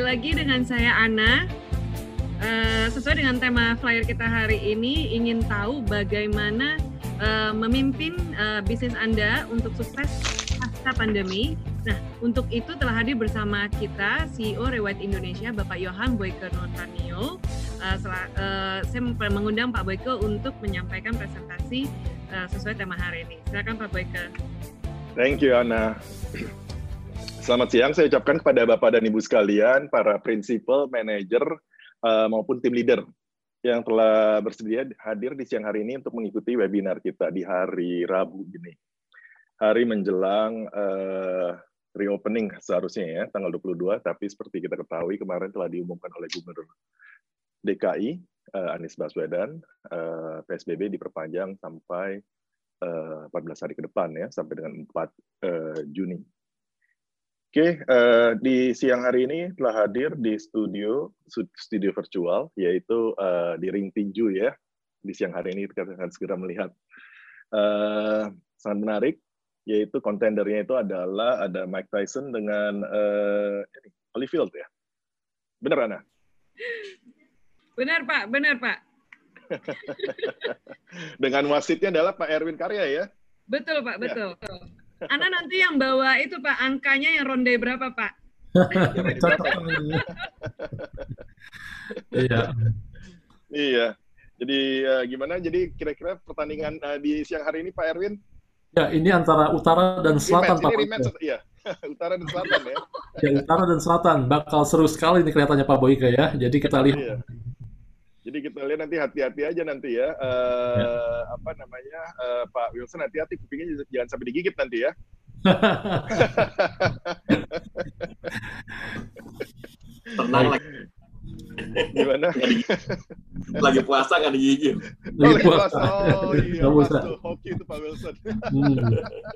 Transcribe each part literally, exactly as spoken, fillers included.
lagi dengan saya Ana. Uh, sesuai dengan tema flyer kita hari ini, ingin tahu bagaimana uh, memimpin uh, bisnis Anda untuk sukses pasca pandemi. Nah, untuk itu telah hadir bersama kita C E O Rewide Indonesia, Bapak Yohan Boyke Nurtanio. Uh, setelah, uh, saya mengundang Pak Boyke untuk menyampaikan presentasi uh, sesuai tema hari ini. Silakan Pak Boyke. Thank you, Ana. Selamat siang, saya ucapkan kepada Bapak dan Ibu sekalian, para prinsipal, manajer, uh, maupun tim leader yang telah bersedia hadir di siang hari ini untuk mengikuti webinar kita di hari Rabu ini. Hari menjelang uh, reopening seharusnya ya, tanggal dua puluh dua, tapi seperti kita ketahui kemarin telah diumumkan oleh Gubernur D K I, uh, Anies Baswedan, uh, P S B B diperpanjang sampai uh, empat belas hari ke depan ya, sampai dengan empat Juni. Oke, uh, di siang hari ini telah hadir di studio, studio virtual, yaitu uh, di Ring Tinju ya. Di siang hari ini kita akan segera melihat. Uh, sangat menarik, yaitu kontendernya itu adalah ada Mike Tyson dengan uh, Holyfield ya. Benar, Ana? Benar, Pak. Benar, Pak. Dengan wasitnya adalah Pak Erwin Karya ya? Betul, Pak. Betul. Ya. Ana nanti yang bawa itu Pak, angkanya yang ronde berapa Pak? Iya. Iya. Jadi uh, gimana? Jadi kira-kira pertandingan uh, di siang hari ini Pak Erwin? Ya, ini antara utara dan selatan Pak. Pak. Ini rematch, iya. Utara dan selatan ya. Ya, utara dan selatan. Bakal seru sekali ini kelihatannya Pak Boyke ya. Jadi kita lihat. Iya. Jadi kita lihat nanti hati-hati aja nanti ya, uh, ya. apa namanya uh, Pak Wilson hati-hati kupingnya jangan sampai digigit nanti ya. Tenang lagi. Gimana? Lagi puasa nggak digigit. Lagi oh, puasa. Oh iya, pas tuh hoki itu Pak Wilson. Hmm.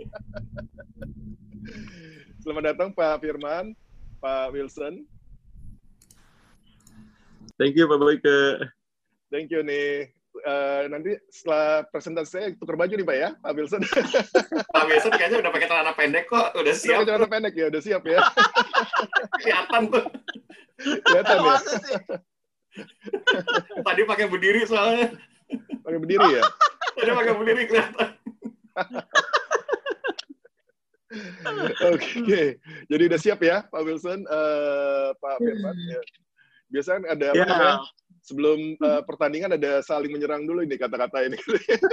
Selamat datang Pak Firman, Pak Wilson. Thank you Pak Boyke. Thank you nih. Uh, nanti setelah presentasi saya tukar baju nih Pak ya, Pak Wilson. Pak Wilson kayaknya udah pakai celana pendek kok, udah siap. Udah pakai celana pendek ya, udah siap ya. Kelihatan tuh. Kelihatan ya. Tadi pakai berdiri soalnya. Pakai berdiri ya. Tadi pakai berdiri kelihatan. Oke, okay. Jadi udah siap ya Pak Wilson, uh, Pak Firman. Ya. Biasanya ada ya. Apa namanya? Sebelum uh, pertandingan ada saling menyerang dulu ini kata-kata ini.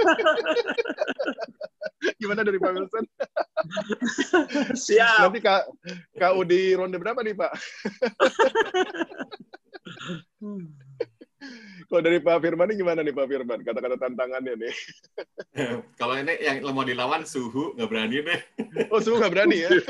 Gimana dari Pak Wilson? Siap. Nanti Kak K U di ronde berapa nih Pak? Kalau dari Pak Firman ini gimana nih Pak Firman? Kata-kata tantangannya nih. Kalau ini yang mau dilawan Suhu nggak berani deh. Oh Suhu nggak berani ya?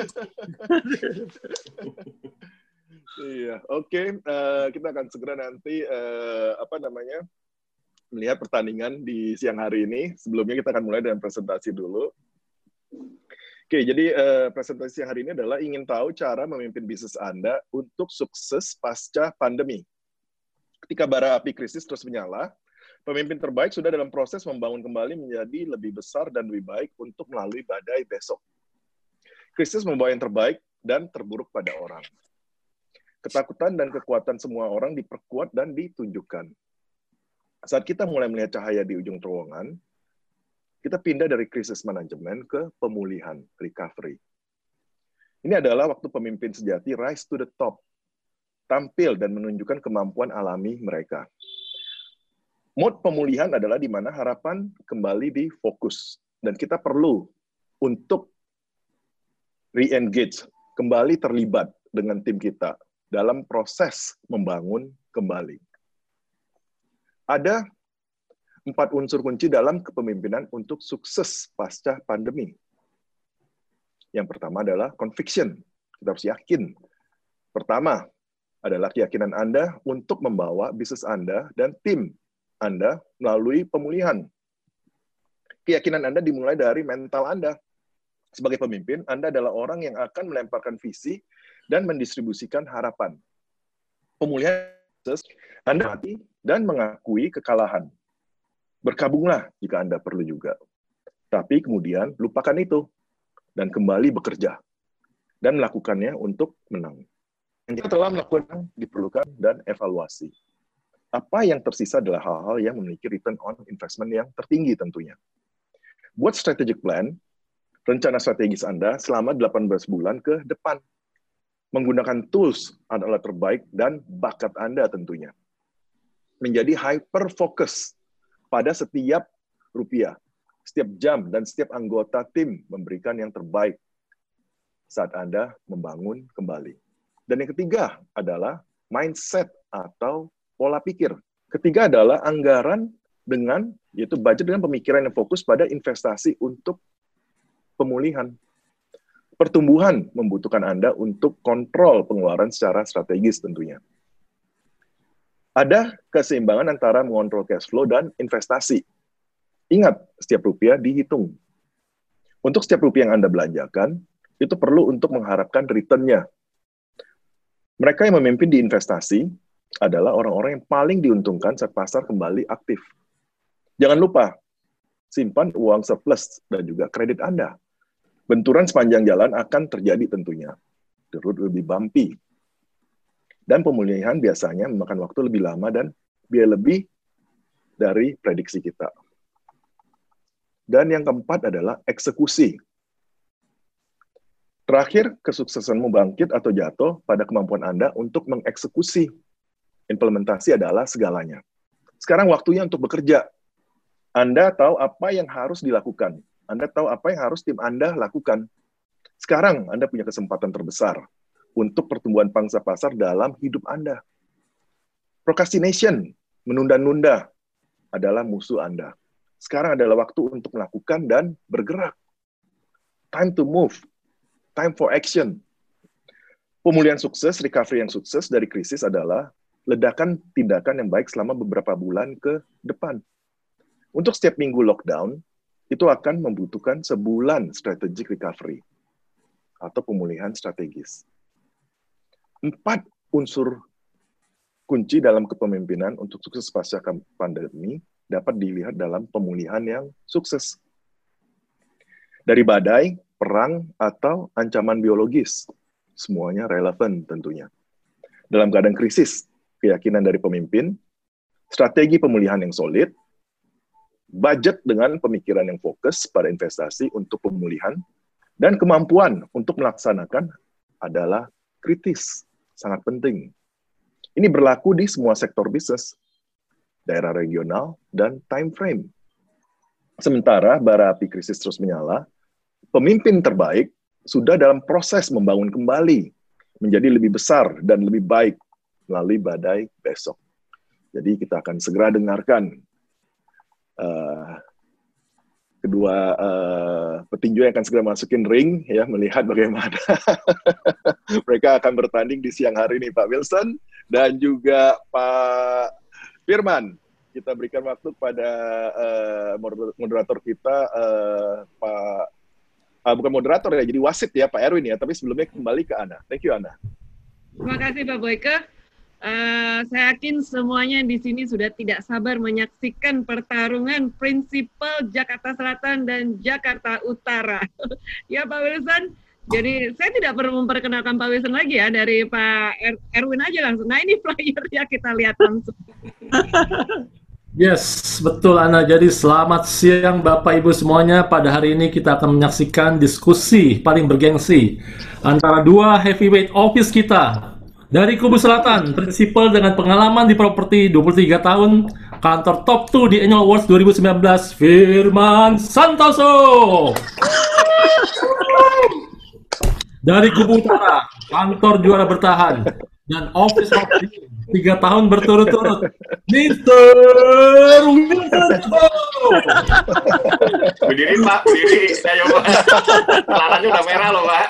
Iya, oke. Okay. Uh, kita akan segera nanti uh, apa namanya melihat pertandingan di siang hari ini. Sebelumnya kita akan mulai dengan presentasi dulu. Oke, okay, jadi uh, presentasi siang hari ini adalah ingin tahu cara memimpin bisnis Anda untuk sukses pasca pandemi. Ketika bara api krisis terus menyala, pemimpin terbaik sudah dalam proses membangun kembali menjadi lebih besar dan lebih baik untuk melalui badai besok. Krisis membawa yang terbaik dan terburuk pada orang. Ketakutan dan kekuatan semua orang diperkuat dan ditunjukkan. Saat kita mulai melihat cahaya di ujung terowongan, kita pindah dari krisis manajemen ke pemulihan, recovery. Ini adalah waktu pemimpin sejati rise to the top, tampil dan menunjukkan kemampuan alami mereka. Mode pemulihan adalah di mana harapan kembali difokus, dan kita perlu untuk re-engage, kembali terlibat dengan tim kita dalam proses membangun kembali. Ada empat unsur kunci dalam kepemimpinan untuk sukses pasca pandemi. Yang pertama adalah conviction. Kita harus yakin. Pertama adalah keyakinan Anda untuk membawa bisnis Anda dan tim Anda melalui pemulihan. Keyakinan Anda dimulai dari mental Anda. Sebagai pemimpin, Anda adalah orang yang akan melemparkan visi dan mendistribusikan harapan. Pemulihan Anda mati dan mengakui kekalahan. Berkabunglah jika Anda perlu juga. Tapi kemudian lupakan itu dan kembali bekerja dan melakukannya untuk menang. yang kita telah melakukan diperlukan dan evaluasi. Apa yang tersisa adalah hal-hal yang memiliki return on investment yang tertinggi tentunya. Buat strategic plan, rencana strategis Anda selama delapan belas bulan ke depan. Menggunakan tools adalah terbaik dan bakat Anda tentunya. Menjadi hyper focus pada setiap rupiah, setiap jam, dan setiap anggota tim memberikan yang terbaik saat Anda membangun kembali. Dan yang ketiga adalah mindset atau pola pikir. Ketiga adalah anggaran dengan, yaitu budget dengan pemikiran yang fokus pada investasi untuk pemulihan. Pertumbuhan membutuhkan Anda untuk kontrol pengeluaran secara strategis tentunya. Ada keseimbangan antara mengontrol cash flow dan investasi. Ingat, setiap rupiah dihitung. Untuk setiap rupiah yang Anda belanjakan, itu perlu untuk mengharapkan return-nya. Mereka yang memimpin di investasi adalah orang-orang yang paling diuntungkan saat pasar kembali aktif. Jangan lupa, simpan uang surplus dan juga kredit Anda. Benturan sepanjang jalan akan terjadi tentunya. The road will be bumpy. Dan pemulihan biasanya memakan waktu lebih lama dan biaya lebih dari prediksi kita. Dan yang keempat adalah eksekusi. Terakhir, kesuksesanmu bangkit atau jatuh pada kemampuan Anda untuk mengeksekusi. Implementasi adalah segalanya. Sekarang waktunya untuk bekerja. Anda tahu apa yang harus dilakukan. Anda tahu apa yang harus tim Anda lakukan. Sekarang Anda punya kesempatan terbesar untuk pertumbuhan pangsa pasar dalam hidup Anda. Procrastination, menunda-nunda, adalah musuh Anda. Sekarang adalah waktu untuk melakukan dan bergerak. Time to move. Time for action. Pemulihan sukses, recovery yang sukses dari krisis adalah ledakan tindakan yang baik selama beberapa bulan ke depan. Untuk setiap minggu lockdown, itu akan membutuhkan sebulan strategic recovery atau pemulihan strategis. Empat unsur kunci dalam kepemimpinan untuk sukses pasca pandemi dapat dilihat dalam pemulihan yang sukses. Dari badai, perang, atau ancaman biologis, semuanya relevan tentunya. Dalam keadaan krisis, keyakinan dari pemimpin, strategi pemulihan yang solid, budget dengan pemikiran yang fokus pada investasi untuk pemulihan, dan kemampuan untuk melaksanakan adalah kritis, sangat penting. Ini berlaku di semua sektor bisnis, daerah regional, dan time frame. Sementara bara api krisis terus menyala, pemimpin terbaik sudah dalam proses membangun kembali, menjadi lebih besar dan lebih baik melalui badai besok. Jadi kita akan segera dengarkan Uh, kedua uh, petinju yang akan segera masukin ring, ya, melihat bagaimana mereka akan bertanding di siang hari ini, Pak Wilson dan juga Pak Firman. Kita berikan waktu kepada uh, moderator kita, uh, Pak, uh, bukan moderator ya, jadi wasit ya, Pak Erwin ya, tapi sebelumnya kembali ke Ana. Thank you, Ana. Terima kasih, Pak Boyke. Uh, saya yakin semuanya di sini sudah tidak sabar menyaksikan pertarungan prinsipal Jakarta Selatan dan Jakarta Utara. Ya, Pak Wilson. Jadi saya tidak perlu memperkenalkan Pak Wilson lagi ya, dari Pak er Erwin aja langsung. Nah, ini flyer ya, kita lihat langsung. Yes, betul Ana. Jadi selamat siang Bapak Ibu semuanya. Pada hari ini kita akan menyaksikan diskusi paling bergengsi antara dua heavyweight office kita. Dari kubu selatan, prinsipal dengan pengalaman di properti dua puluh tiga tahun, kantor top dua di Annual Awards dua ribu sembilan belas, Firman Santoso. Dari kubu utara, kantor juara bertahan, dan office of tiga tahun berturut-turut, mister Wilson. Berdiri Pak, berdiri. Saya coba. Celananya udah merah loh Pak.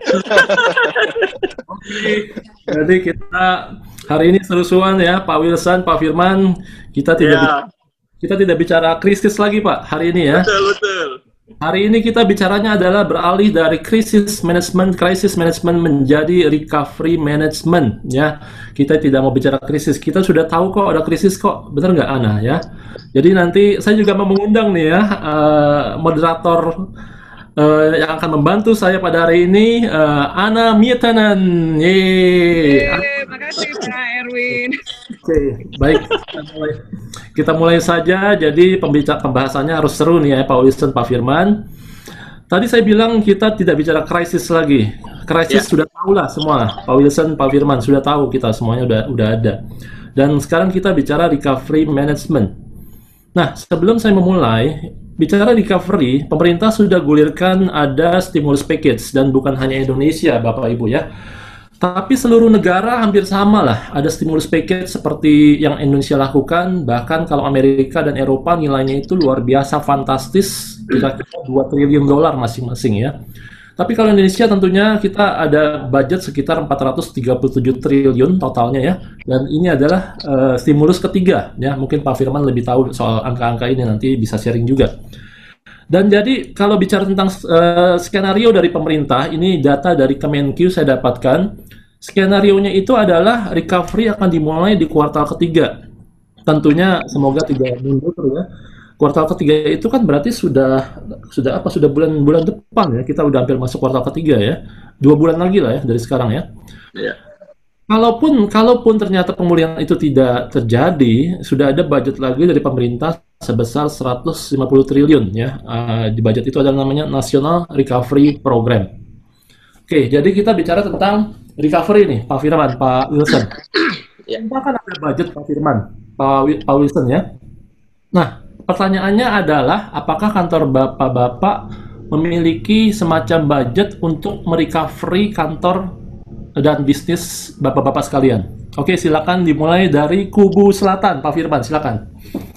Oke, jadi kita hari ini seru-seruan ya, Pak Wilson, Pak Firman. Kita tidak ya. kita tidak bicara krisis lagi Pak hari ini ya. Betul betul. Hari ini kita bicaranya adalah beralih dari krisis management, crisis management menjadi recovery management ya. Kita tidak mau bicara krisis, kita sudah tahu kok ada krisis kok, benar nggak Ana ya? Jadi nanti saya juga mau mengundang nih ya uh, moderator uh, yang akan membantu saya pada hari ini, uh, Ana Mietanen. Yeay. Yeay, makasih Pak Erwin. Oke, baik. Kita mulai, kita mulai saja. Jadi pembicara pembahasannya harus seru nih ya, Pak Wilson, Pak Firman. Tadi saya bilang kita tidak bicara krisis lagi. Krisis Ya. sudah tahu lah semua. Pak Wilson, Pak Firman sudah tahu, kita semuanya udah udah ada. Dan sekarang kita bicara recovery management. Nah, sebelum saya memulai bicara recovery, pemerintah sudah gulirkan ada stimulus package, dan bukan hanya Indonesia, Bapak Ibu ya. Tapi seluruh negara hampir sama lah, ada stimulus package seperti yang Indonesia lakukan. Bahkan kalau Amerika dan Eropa nilainya itu luar biasa fantastis, kira-kira dua triliun dolar masing-masing ya. Tapi kalau Indonesia tentunya kita ada budget sekitar empat ratus tiga puluh tujuh triliun totalnya ya. Dan ini adalah uh, stimulus ketiga ya. Mungkin Pak Firman lebih tahu soal angka-angka ini, nanti bisa sharing juga. Dan jadi kalau bicara tentang uh, skenario dari pemerintah, ini data dari Kemenq saya dapatkan. Skenario-nya itu adalah recovery akan dimulai di kuartal ketiga. Tentunya semoga tidak mundur ya. Kuartal ketiga itu kan berarti sudah sudah apa sudah bulan-bulan depan ya. Kita udah hampir masuk kuartal ketiga ya. Dua bulan lagi lah ya dari sekarang ya. Iya. Kalaupun kalaupun ternyata pemulihan itu tidak terjadi, sudah ada budget lagi dari pemerintah sebesar seratus lima puluh triliun ya. Uh, di budget itu ada namanya National Recovery Program. Oke, jadi kita bicara tentang recovery nih, Pak Firman, Pak Wilson. Ya. Kita kan ada budget Pak Firman, Pak, Wi- Pak Wilson ya. Nah, pertanyaannya adalah apakah kantor bapak-bapak memiliki semacam budget untuk merecovery kantor dan bisnis bapak-bapak sekalian? Oke, silakan dimulai dari kubu selatan, Pak Firman, silakan.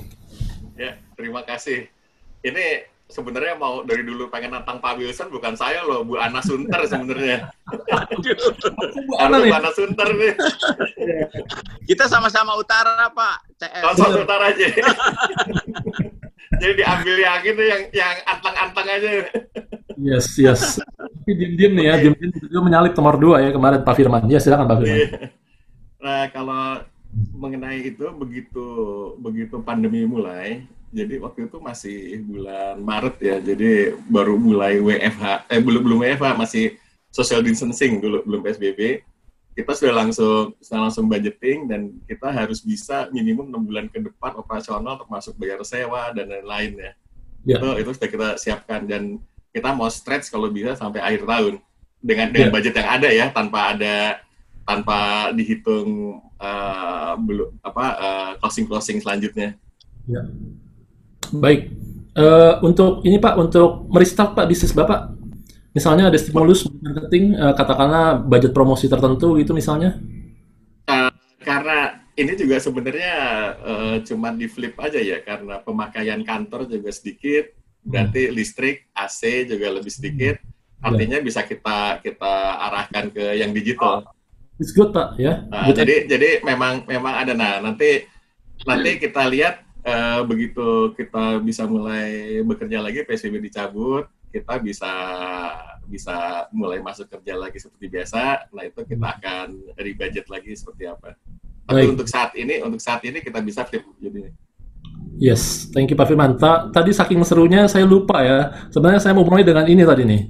Ya, terima kasih. Ini sebenarnya mau dari dulu pengen nantang Pak Wilson, bukan saya loh, Bu Ana Sunter sebenarnya. Bu Ana Ana nih. Bu Ana Sunter nih. Kita sama-sama utara, Pak. C S. Langsung utara aja. Jadi diambil yang itu yang yang antang-antang aja. Yes, yes. Tapi diem-diem nih ya, diem-diem itu menyalip nomor dua ya kemarin Pak Firman. Ya, silakan Pak Firman. Iya. Nah, kalau mengenai itu begitu begitu pandemi mulai, jadi waktu itu masih bulan Maret ya, jadi baru mulai W F H, eh belum belum W F H, masih social distancing dulu, belum P S B B. Kita sudah langsung sudah langsung budgeting dan kita harus bisa minimum enam bulan ke depan operasional termasuk bayar sewa dan lain-lain ya. Ya. Itu itu sudah kita siapkan dan kita mau stretch kalau bisa sampai akhir tahun dengan dengan Ya. budget yang ada ya, tanpa ada tanpa dihitung uh, belum apa uh, closing closing selanjutnya. Ya. Baik, Eh, untuk ini Pak, untuk merestart Pak bisnis Bapak, misalnya ada stimulus marketing, eh, katakanlah budget promosi tertentu gitu misalnya. Uh, karena ini juga sebenarnya uh, cuma di flip aja ya, karena pemakaian kantor juga sedikit, berarti listrik, A C juga lebih sedikit, artinya bisa kita kita arahkan ke yang digital. It's good Pak ya. Nah, Good. jadi jadi memang memang ada. Nah, nanti nanti kita lihat uh, begitu kita bisa mulai bekerja lagi, P S B B dicabut, kita bisa bisa mulai masuk kerja lagi seperti biasa. Nah, itu kita akan rebudget lagi seperti apa. Tapi Baik. untuk saat ini untuk saat ini kita bisa flip jadi. Yes, thank you Pak Firman. Ta- tadi saking serunya saya lupa ya. Sebenarnya saya mau mulai dengan ini tadi nih.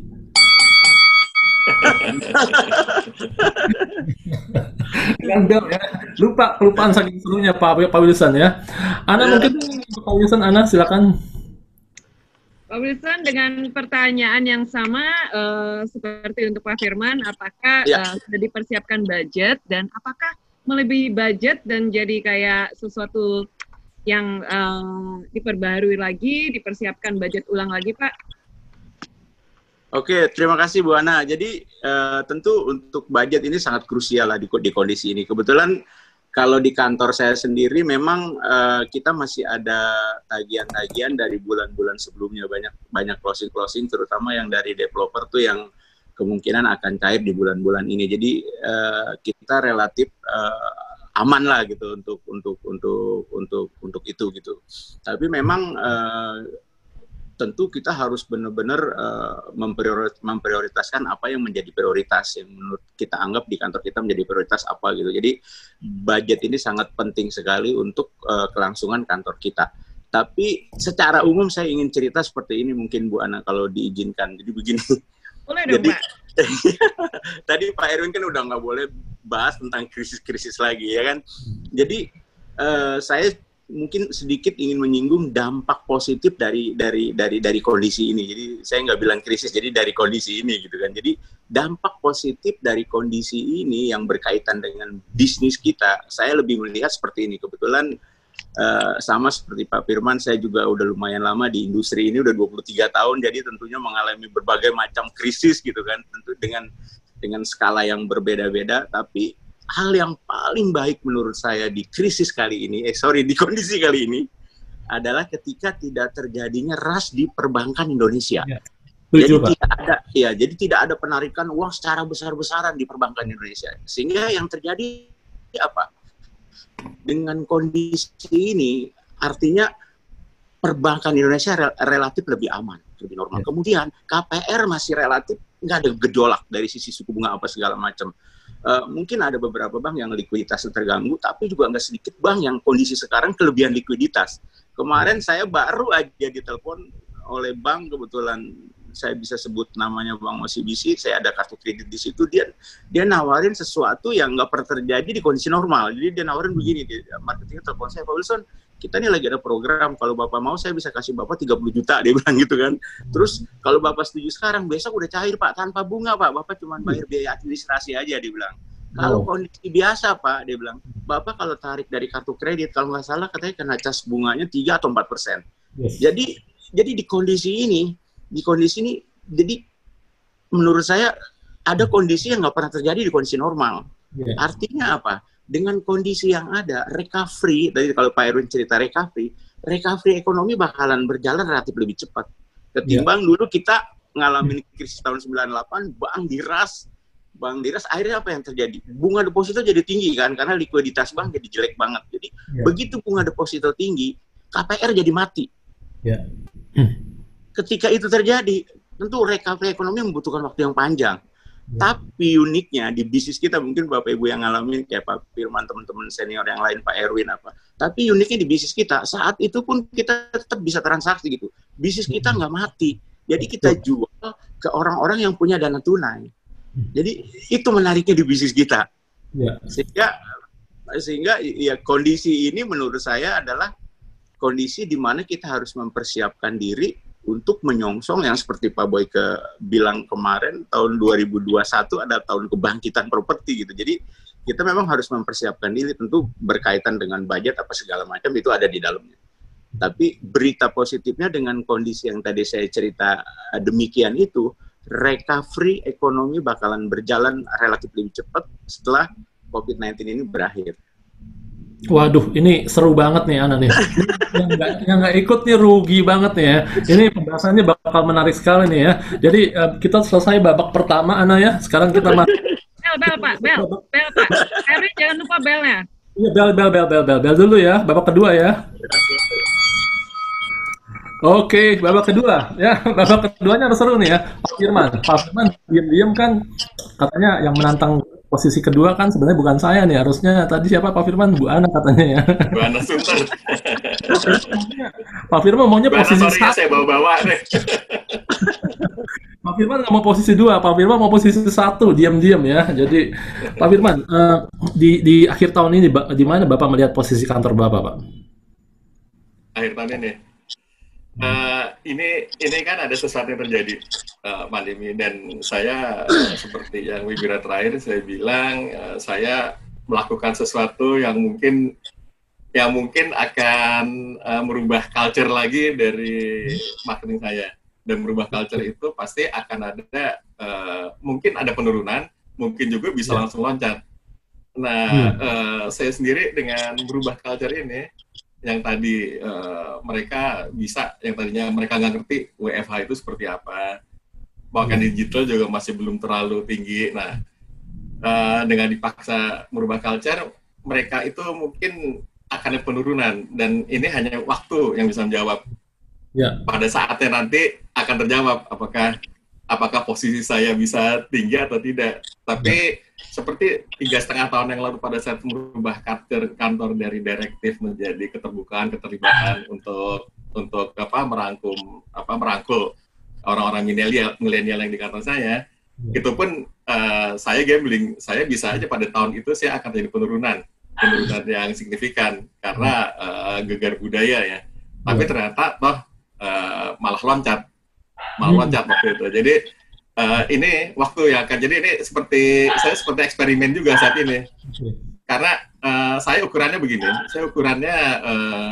Dengan bel ya. Lupa, kelupaan saking serunya Pak Pak Wilson ya. Ana mungkin Pak Wilson, Ana silakan. Pak Wilson, dengan pertanyaan yang sama eh, seperti untuk Pak Firman, apakah Ya. eh, sudah dipersiapkan budget dan apakah melebihi budget dan jadi kayak sesuatu yang eh, diperbarui lagi, dipersiapkan budget ulang lagi, Pak? Oke, terima kasih Bu Ana. Jadi eh, tentu untuk budget ini sangat krusial lah di, di kondisi ini. Kebetulan kalau di kantor saya sendiri memang eh, kita masih ada tagihan-tagihan dari bulan-bulan sebelumnya, banyak banyak closing-closing, terutama yang dari developer tuh yang kemungkinan akan cair di bulan-bulan ini. Jadi eh, kita relatif eh, aman lah gitu untuk untuk untuk untuk untuk itu gitu. Tapi memang eh, tentu kita harus benar-benar uh, memprioritaskan apa yang menjadi prioritas yang menurut kita anggap di kantor kita menjadi prioritas apa gitu. Jadi budget ini sangat penting sekali untuk uh, kelangsungan kantor kita. Tapi secara umum saya ingin cerita seperti ini mungkin Bu Ana kalau diizinkan. Jadi begini. Boleh dong, Jadi, Pak. tadi Pak Erwin kan udah nggak boleh bahas tentang krisis-krisis lagi ya kan. Jadi uh, saya mungkin sedikit ingin menyinggung dampak positif dari dari dari dari kondisi ini. Jadi saya nggak bilang krisis, jadi dari kondisi ini gitu kan. Jadi dampak positif dari kondisi ini yang berkaitan dengan bisnis kita, saya lebih melihat seperti ini. Kebetulan uh, sama seperti Pak Firman, saya juga udah lumayan lama di industri ini, udah dua puluh tiga tahun, jadi tentunya mengalami berbagai macam krisis gitu kan, tentu dengan dengan skala yang berbeda-beda, tapi hal yang paling baik menurut saya di krisis kali ini, eh sorry di kondisi kali ini adalah ketika tidak terjadinya rush di perbankan Indonesia. Ya. Jadi Tujuh, tidak ada, ya, jadi tidak ada penarikan uang secara besar-besaran di perbankan Indonesia. Sehingga yang terjadi apa? Dengan kondisi ini, artinya perbankan Indonesia rel relatif lebih aman, lebih normal. Ya. Kemudian K P R masih relatif nggak ada gejolak dari sisi suku bunga apa segala macam. Uh, mungkin ada beberapa bank yang likuiditasnya terganggu, tapi juga nggak sedikit bank yang kondisi sekarang kelebihan likuiditas. Kemarin saya baru aja ditelepon oleh bank, kebetulan saya bisa sebut namanya Bank O C B C, saya ada kartu kredit di situ, dia dia nawarin sesuatu yang nggak pernah terjadi di kondisi normal. Jadi dia nawarin begini, dia marketingnya telepon saya, Pak Wilson, kita ini lagi ada program, kalau Bapak mau saya bisa kasih Bapak tiga puluh juta, dia bilang gitu kan. Terus kalau Bapak setuju sekarang, besok udah cair Pak, tanpa bunga Pak, Bapak cuma bayar biaya administrasi aja, dia bilang. Kalau kondisi biasa Pak, dia bilang, Bapak kalau tarik dari kartu kredit, kalau nggak salah katanya kena cas bunganya tiga atau empat persen. Yes. Jadi jadi di kondisi ini, di kondisi ini, jadi menurut saya ada kondisi yang nggak pernah terjadi di kondisi normal. Yes. Artinya apa? Dengan kondisi yang ada, recovery, tadi kalau Pak Erwin cerita recovery, recovery ekonomi bakalan berjalan relatif lebih cepat. Ketimbang yeah. dulu kita ngalamin krisis tahun sembilan puluh delapan, bank diras, bank diras, akhirnya apa yang terjadi? Bunga deposito jadi tinggi kan, karena likuiditas bank jadi jelek banget. Jadi yeah. begitu bunga deposito tinggi, K P R jadi mati. Yeah. Ketika itu terjadi, tentu recovery ekonomi membutuhkan waktu yang panjang. Ya. Tapi uniknya di bisnis kita, mungkin Bapak Ibu yang ngalamin kayak Pak Firman, teman-teman senior yang lain, Pak Erwin apa. Tapi uniknya di bisnis kita, saat itu pun kita tetap bisa transaksi gitu. Bisnis kita nggak mati. Jadi kita jual ke orang-orang yang punya dana tunai. Jadi itu menariknya di bisnis kita. Ya. Sehingga sehingga ya kondisi ini menurut saya adalah kondisi di mana kita harus mempersiapkan diri untuk menyongsong yang seperti Pak Boyke bilang kemarin, tahun dua ribu dua puluh satu ada tahun kebangkitan properti gitu. Jadi kita memang harus mempersiapkan diri, tentu berkaitan dengan budget apa segala macam itu ada di dalamnya. Tapi berita positifnya dengan kondisi yang tadi saya cerita demikian itu, recovery ekonomi bakalan berjalan relatif lebih cepat setelah covid sembilan belas ini berakhir. Waduh, ini seru banget nih Ana nih. Yang nggak ikut nih rugi banget nih ya. Ini pembahasannya bakal menarik sekali nih ya. Jadi uh, kita selesai babak pertama Ana ya. Sekarang kita masuk. Bel, bel Pak, bel, bel Pak. Erwin jangan lupa belnya. Iya, bel, bel, bel, bel, bel, bel dulu ya. Babak kedua ya. Oke, babak kedua ya. Babak keduanya harus seru nih ya. Pak Firman, Pak Firman diam-diam kan katanya yang menantang posisi kedua kan sebenarnya bukan saya nih, harusnya tadi siapa Pak Firman? Bu Ana katanya ya. Bu Ana Sunter. Pak Firman maunya posisi satu. Ya, saya bawa-bawa nih. Pak Firman nggak mau posisi dua, Pak Firman mau posisi satu, diam-diam ya. Jadi Pak Firman, uh, di di akhir tahun ini di mana Bapak melihat posisi kantor Bapak, Pak? Akhir tahun ini. Uh, ini ini kan ada sesuatu yang terjadi, uh, pandemi, dan saya uh, seperti yang webinar terakhir saya bilang, uh, saya melakukan sesuatu yang mungkin yang mungkin akan uh, merubah culture lagi dari marketing saya, dan merubah culture itu pasti akan ada uh, mungkin ada penurunan, mungkin juga bisa langsung loncat. Nah, hmm. uh, saya sendiri dengan berubah culture ini, yang tadi uh, mereka bisa, yang tadinya mereka nggak ngerti W F H itu seperti apa, bahkan digital juga masih belum terlalu tinggi. Nah, uh, dengan dipaksa merubah culture, mereka itu mungkin akan ada penurunan, dan ini hanya waktu yang bisa menjawab. Ya. Pada saatnya nanti akan terjawab apakah apakah posisi saya bisa tinggi atau tidak. Tapi ya. seperti tiga setengah tahun yang lalu pada saat merubah kantor kantor dari direktif menjadi keterbukaan, keterlibatan untuk untuk apa merangkum apa merangkul orang-orang milenial milenial yang di kantor saya. Itu pun uh, saya gambling, saya bisa aja pada tahun itu saya akan jadi penurunan, penurunan yang signifikan karena uh, gegar budaya ya. Tapi ternyata toh uh, malah loncat, malah loncat waktu itu. Jadi uh, ini waktu yang akan jadi ini seperti saya seperti eksperimen juga saat ini. Karena uh, saya ukurannya begini, saya ukurannya uh,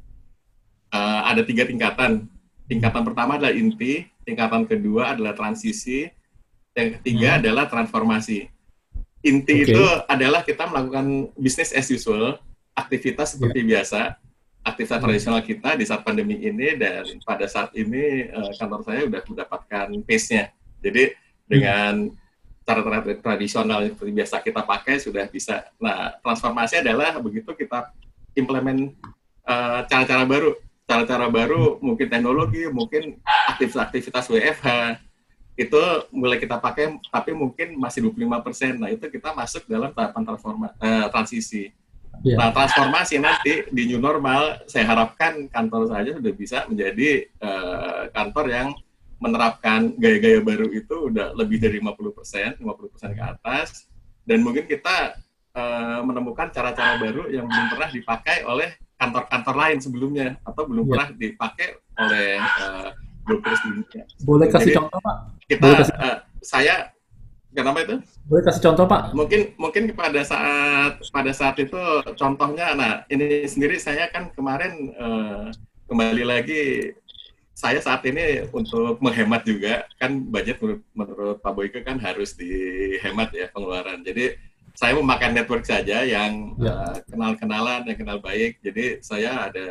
uh, ada tiga tingkatan. Tingkatan pertama adalah inti, tingkatan kedua adalah transisi, yang ketiga hmm. adalah transformasi. Inti okay. itu adalah kita melakukan business as usual, aktivitas seperti yeah. biasa, aktivitas hmm. tradisional kita di saat pandemi ini, dan pada saat ini uh, kantor saya sudah mendapatkan pace-nya. Jadi dengan cara-cara tradisional seperti biasa kita pakai sudah bisa. Nah, transformasi adalah begitu kita implement uh, cara-cara baru, cara-cara baru, mungkin teknologi, mungkin aktivitas-aktivitas W F H, itu mulai kita pakai, tapi mungkin masih dua puluh lima persen. Nah, itu kita masuk dalam tahapan transforma, uh, transisi. Yeah. Nah, transformasi nanti di new normal, saya harapkan kantor saya sudah bisa menjadi uh, kantor yang menerapkan gaya-gaya baru itu udah lebih dari lima puluh persen, lima puluh persen ke atas, dan mungkin kita uh, menemukan cara-cara baru yang belum pernah dipakai oleh kantor-kantor lain sebelumnya, atau belum yeah. pernah dipakai oleh uh, brokers dunia. Boleh kasih Jadi, contoh, Pak? Kita, kasih... Uh, saya, kenapa itu? Boleh kasih contoh, Pak? Mungkin, mungkin pada saat pada saat itu contohnya, nah ini sendiri saya kan kemarin uh, kembali lagi, saya saat ini untuk menghemat juga, kan budget menurut, menurut Pak Boyke kan harus dihemat ya pengeluaran. Jadi saya memakai network saja yang ya. uh, kenal-kenalan, yang kenal baik. Jadi saya ada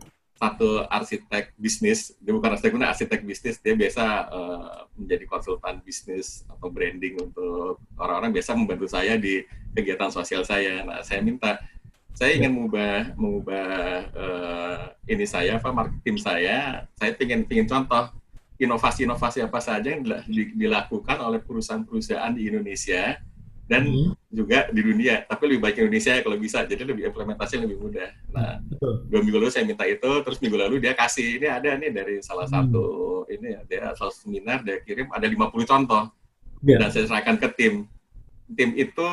satu arsitek bisnis, dia bukan arsitek, dia arsitek bisnis, dia biasa uh, menjadi konsultan bisnis atau branding untuk orang-orang, biasa membantu saya di kegiatan sosial saya. Nah, saya minta, saya ingin mengubah mengubah uh, ini saya, apa marketing tim saya, saya ingin ingin contoh inovasi-inovasi apa saja yang dilakukan oleh perusahaan-perusahaan di Indonesia dan hmm. juga di dunia, tapi lebih baik Indonesia kalau bisa, jadi lebih implementasi lebih mudah. Nah, betul. Dua minggu lalu saya minta itu, terus minggu lalu dia kasih, ini ada nih dari salah satu hmm. ini, dia salah seminar, dia kirim ada lima puluh contoh, yeah. dan saya serahkan ke tim. Tim itu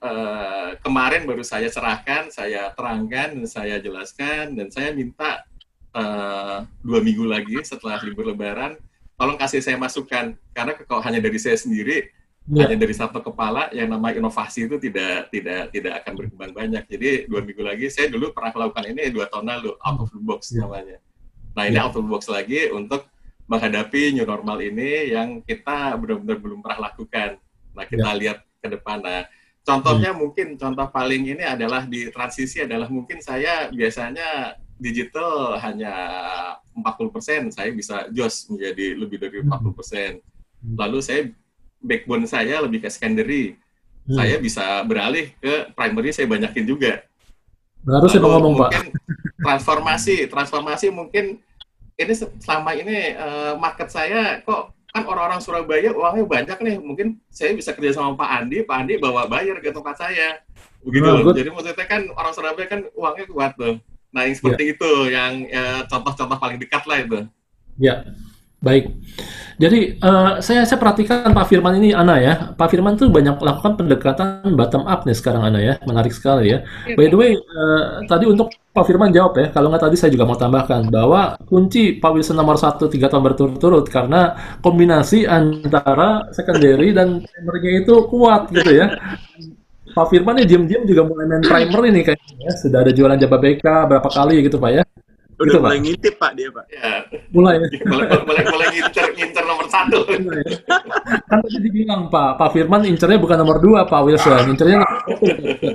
uh, kemarin baru saya serahkan, saya terangkan, saya jelaskan, dan saya minta uh, dua minggu lagi setelah libur Lebaran, tolong kasih saya masukan, karena kalau hanya dari saya sendiri, ya. hanya dari satu kepala yang namanya inovasi itu tidak tidak tidak akan berkembang banyak. Jadi dua minggu lagi, saya dulu pernah melakukan ini dua tahun lalu, out of the box ya. namanya. Nah ini ya. out of the box lagi untuk menghadapi new normal ini yang kita benar-benar belum pernah lakukan. Nah kita ya. lihat ke depan. Nah contohnya hmm. mungkin contoh paling ini adalah di transisi adalah mungkin saya biasanya digital hanya empat puluh persen, saya bisa jos menjadi lebih dari empat puluh persen. Hmm. Lalu saya backbone saya lebih ke secondary, hmm. saya bisa beralih ke primary, saya banyakin juga. Baru saya mau ngomong, Pak. Transformasi, transformasi mungkin ini selama ini uh, market saya kok kan orang-orang Surabaya uangnya banyak nih, mungkin saya bisa kerja sama Pak Andi, Pak Andi bawa bayar ke tempat saya, begitu. Oh, jadi maksudnya kan orang Surabaya kan uangnya kuat tuh. Nah yang seperti yeah. itu, yang uh, contoh-contoh paling dekat lah itu. Ya. Yeah. Baik, jadi uh, saya saya perhatikan Pak Firman ini, Ana ya. Pak Firman tuh banyak lakukan pendekatan bottom up nih sekarang, Ana ya. Menarik sekali ya. By the way, uh, tadi untuk Pak Firman jawab ya. Kalau nggak tadi saya juga mau tambahkan bahwa kunci Pak Wilson nomor satu tiga tahun berturut-turut karena kombinasi antara secondary dan primernya itu kuat gitu ya. Pak Firman nih diam-diam juga mulai main primer ini kayaknya ya. Sudah ada jualan Jababeka berapa kali gitu Pak ya. Udah gitu, mulai Pak? ngintip Pak dia Pak. Ya. Mulai ya? mulai, mulai, mulai ngincer, ngincer nomor satu. Kan tadi dibilang Pak, Pak Firman incernya bukan nomor dua Pak Wilson, incernya nomor satu.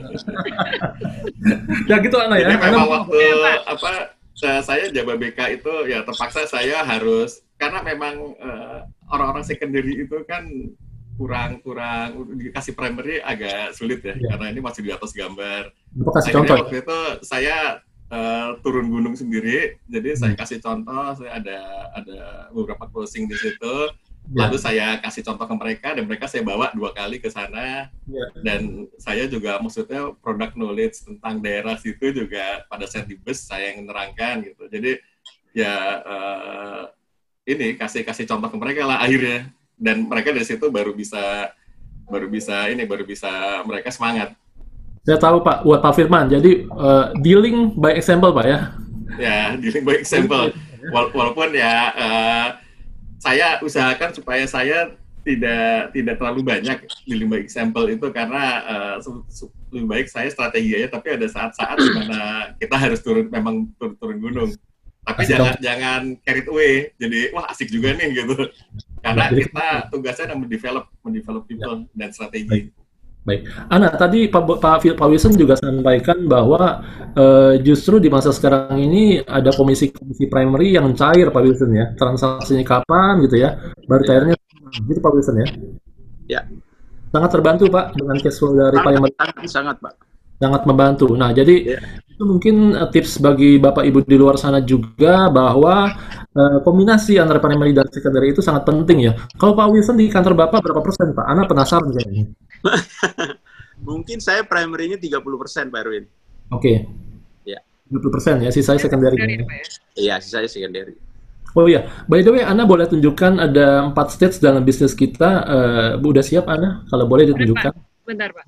Ya gitu Ana ya. Jadi memang waktu apa saya Jababeka itu ya terpaksa saya harus, karena memang uh, orang-orang secondary itu kan kurang kurang dikasih primary agak sulit ya, ya. Karena ini masih di atas gambar. Kasih contoh. Waktu itu saya Uh, turun gunung sendiri, jadi hmm. saya kasih contoh, saya ada ada beberapa closing di situ, lalu saya kasih contoh ke mereka dan mereka saya bawa dua kali ke sana. Ya. Dan saya juga maksudnya product knowledge tentang daerah situ juga pada saat di bus saya yang menerangkan gitu. Jadi ya uh, ini kasih kasih contoh ke mereka lah akhirnya, dan mereka dari situ baru bisa baru bisa ini baru bisa mereka semangat. Saya tahu Pak, buat Pak Firman. Jadi uh, dealing by example Pak ya. Ya, dealing by example. Wala- walaupun ya uh, saya usahakan supaya saya tidak tidak terlalu banyak dealing by example itu, karena uh, su- su- lebih baik saya strategi aja, tapi ada saat-saat di mana kita harus turun, memang turun, turun gunung. Tapi Asik jangan dong. jangan carried away. Jadi wah asik juga nih gitu. Karena kita tugasnya mendevelop mendevelop people dan strategi. Baik, Ana, tadi Pak, Bo- Pak, Phil- Pak Wilson juga sampaikan bahwa eh, justru di masa sekarang ini ada komisi-komisi primary yang cair, Pak Wilson ya. Transaksinya kapan gitu ya, baru cairnya. Gitu Pak Wilson ya. Ya. Sangat terbantu Pak dengan cash flow dari Sangat, primary, sangat, sangat Pak. sangat membantu. Nah, jadi Ya. itu mungkin eh, tips bagi Bapak Ibu di luar sana juga, bahwa eh, kombinasi antara primary dan secondary itu sangat penting ya. Kalau Pak Wilson di kantor Bapak berapa persen Pak? Ana penasaran kayaknya. Mungkin saya primary-nya tiga puluh persen Pak Erwin. Oke. Ya. tiga puluh persen ya, sisanya secondary. Dari apa ya? Iya, saya secondary. Oh iya, by the way, Ana boleh tunjukkan ada empat stage dalam bisnis kita. Eh, udah siap Ana? Kalau boleh ditunjukkan. Bentar Pak.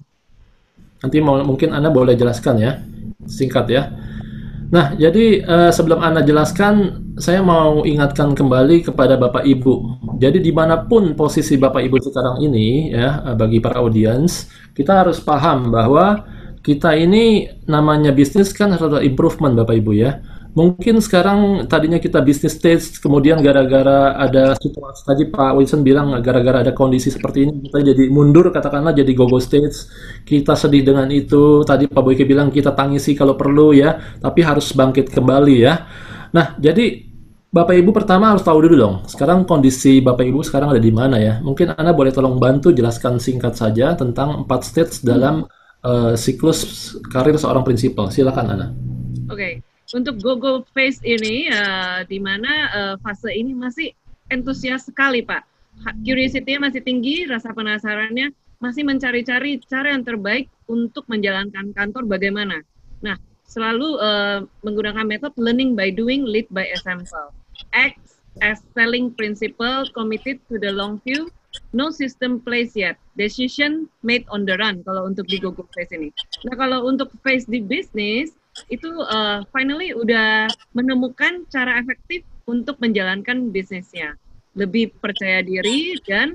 Nanti mau, mungkin Ana boleh jelaskan ya, singkat ya. Nah, jadi eh, sebelum Ana jelaskan, saya mau ingatkan kembali kepada Bapak Ibu. Jadi dimanapun posisi Bapak Ibu sekarang ini, ya, eh, bagi para audiens, kita harus paham bahwa kita ini namanya bisnis kan harus ada improvement Bapak Ibu ya. Mungkin sekarang tadinya kita bisnis stage, kemudian gara-gara ada situasi, tadi Pak Wilson bilang gara-gara ada kondisi seperti ini, kita jadi mundur, katakanlah jadi go-go stage, kita sedih dengan itu, tadi Pak Boyke bilang kita tangisi kalau perlu ya, tapi harus bangkit kembali ya. Nah, jadi Bapak Ibu pertama harus tahu dulu dong, sekarang kondisi Bapak Ibu sekarang ada di mana ya. Mungkin Ana boleh tolong bantu jelaskan singkat saja tentang empat stage dalam uh, siklus karir seorang prinsipal. Silakan Ana. Oke. Okay. Untuk go-go phase ini, uh, di mana uh, fase ini masih antusias sekali, Pak. Curiosity-nya masih tinggi, rasa penasarannya masih mencari-cari cara yang terbaik untuk menjalankan kantor bagaimana. Nah, selalu uh, menggunakan metode learning by doing, lead by example. Act as selling principle, committed to the long view, no system place yet, decision made on the run, kalau untuk di go-go phase ini. Nah, kalau untuk phase di bisnis, itu uh, finally udah menemukan cara efektif untuk menjalankan bisnisnya, lebih percaya diri dan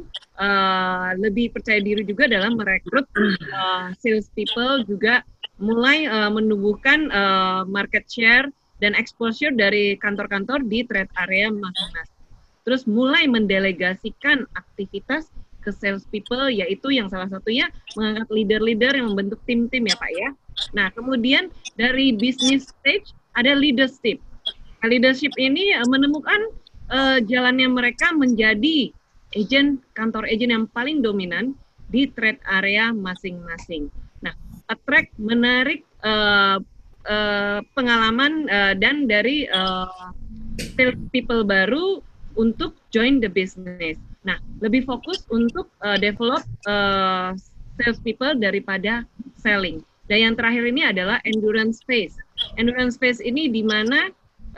uh, lebih percaya diri juga dalam merekrut uh, sales people, juga mulai uh, menumbuhkan uh, market share dan exposure dari kantor-kantor di trade area masing-masing. Terus mulai mendelegasikan aktivitas ke sales people, yaitu yang salah satunya mengangkat leader-leader yang membentuk tim-tim ya Pak ya. Nah, kemudian dari business stage ada leadership. Nah, leadership ini uh, menemukan uh, jalannya mereka menjadi agent, kantor agent yang paling dominan di trade area masing-masing. Nah, attract, menarik uh, uh, pengalaman uh, dan dari uh, sales people baru untuk join the business. Nah, lebih fokus untuk uh, develop uh, sales people daripada selling. Dan yang terakhir ini adalah endurance phase. Endurance phase ini di mana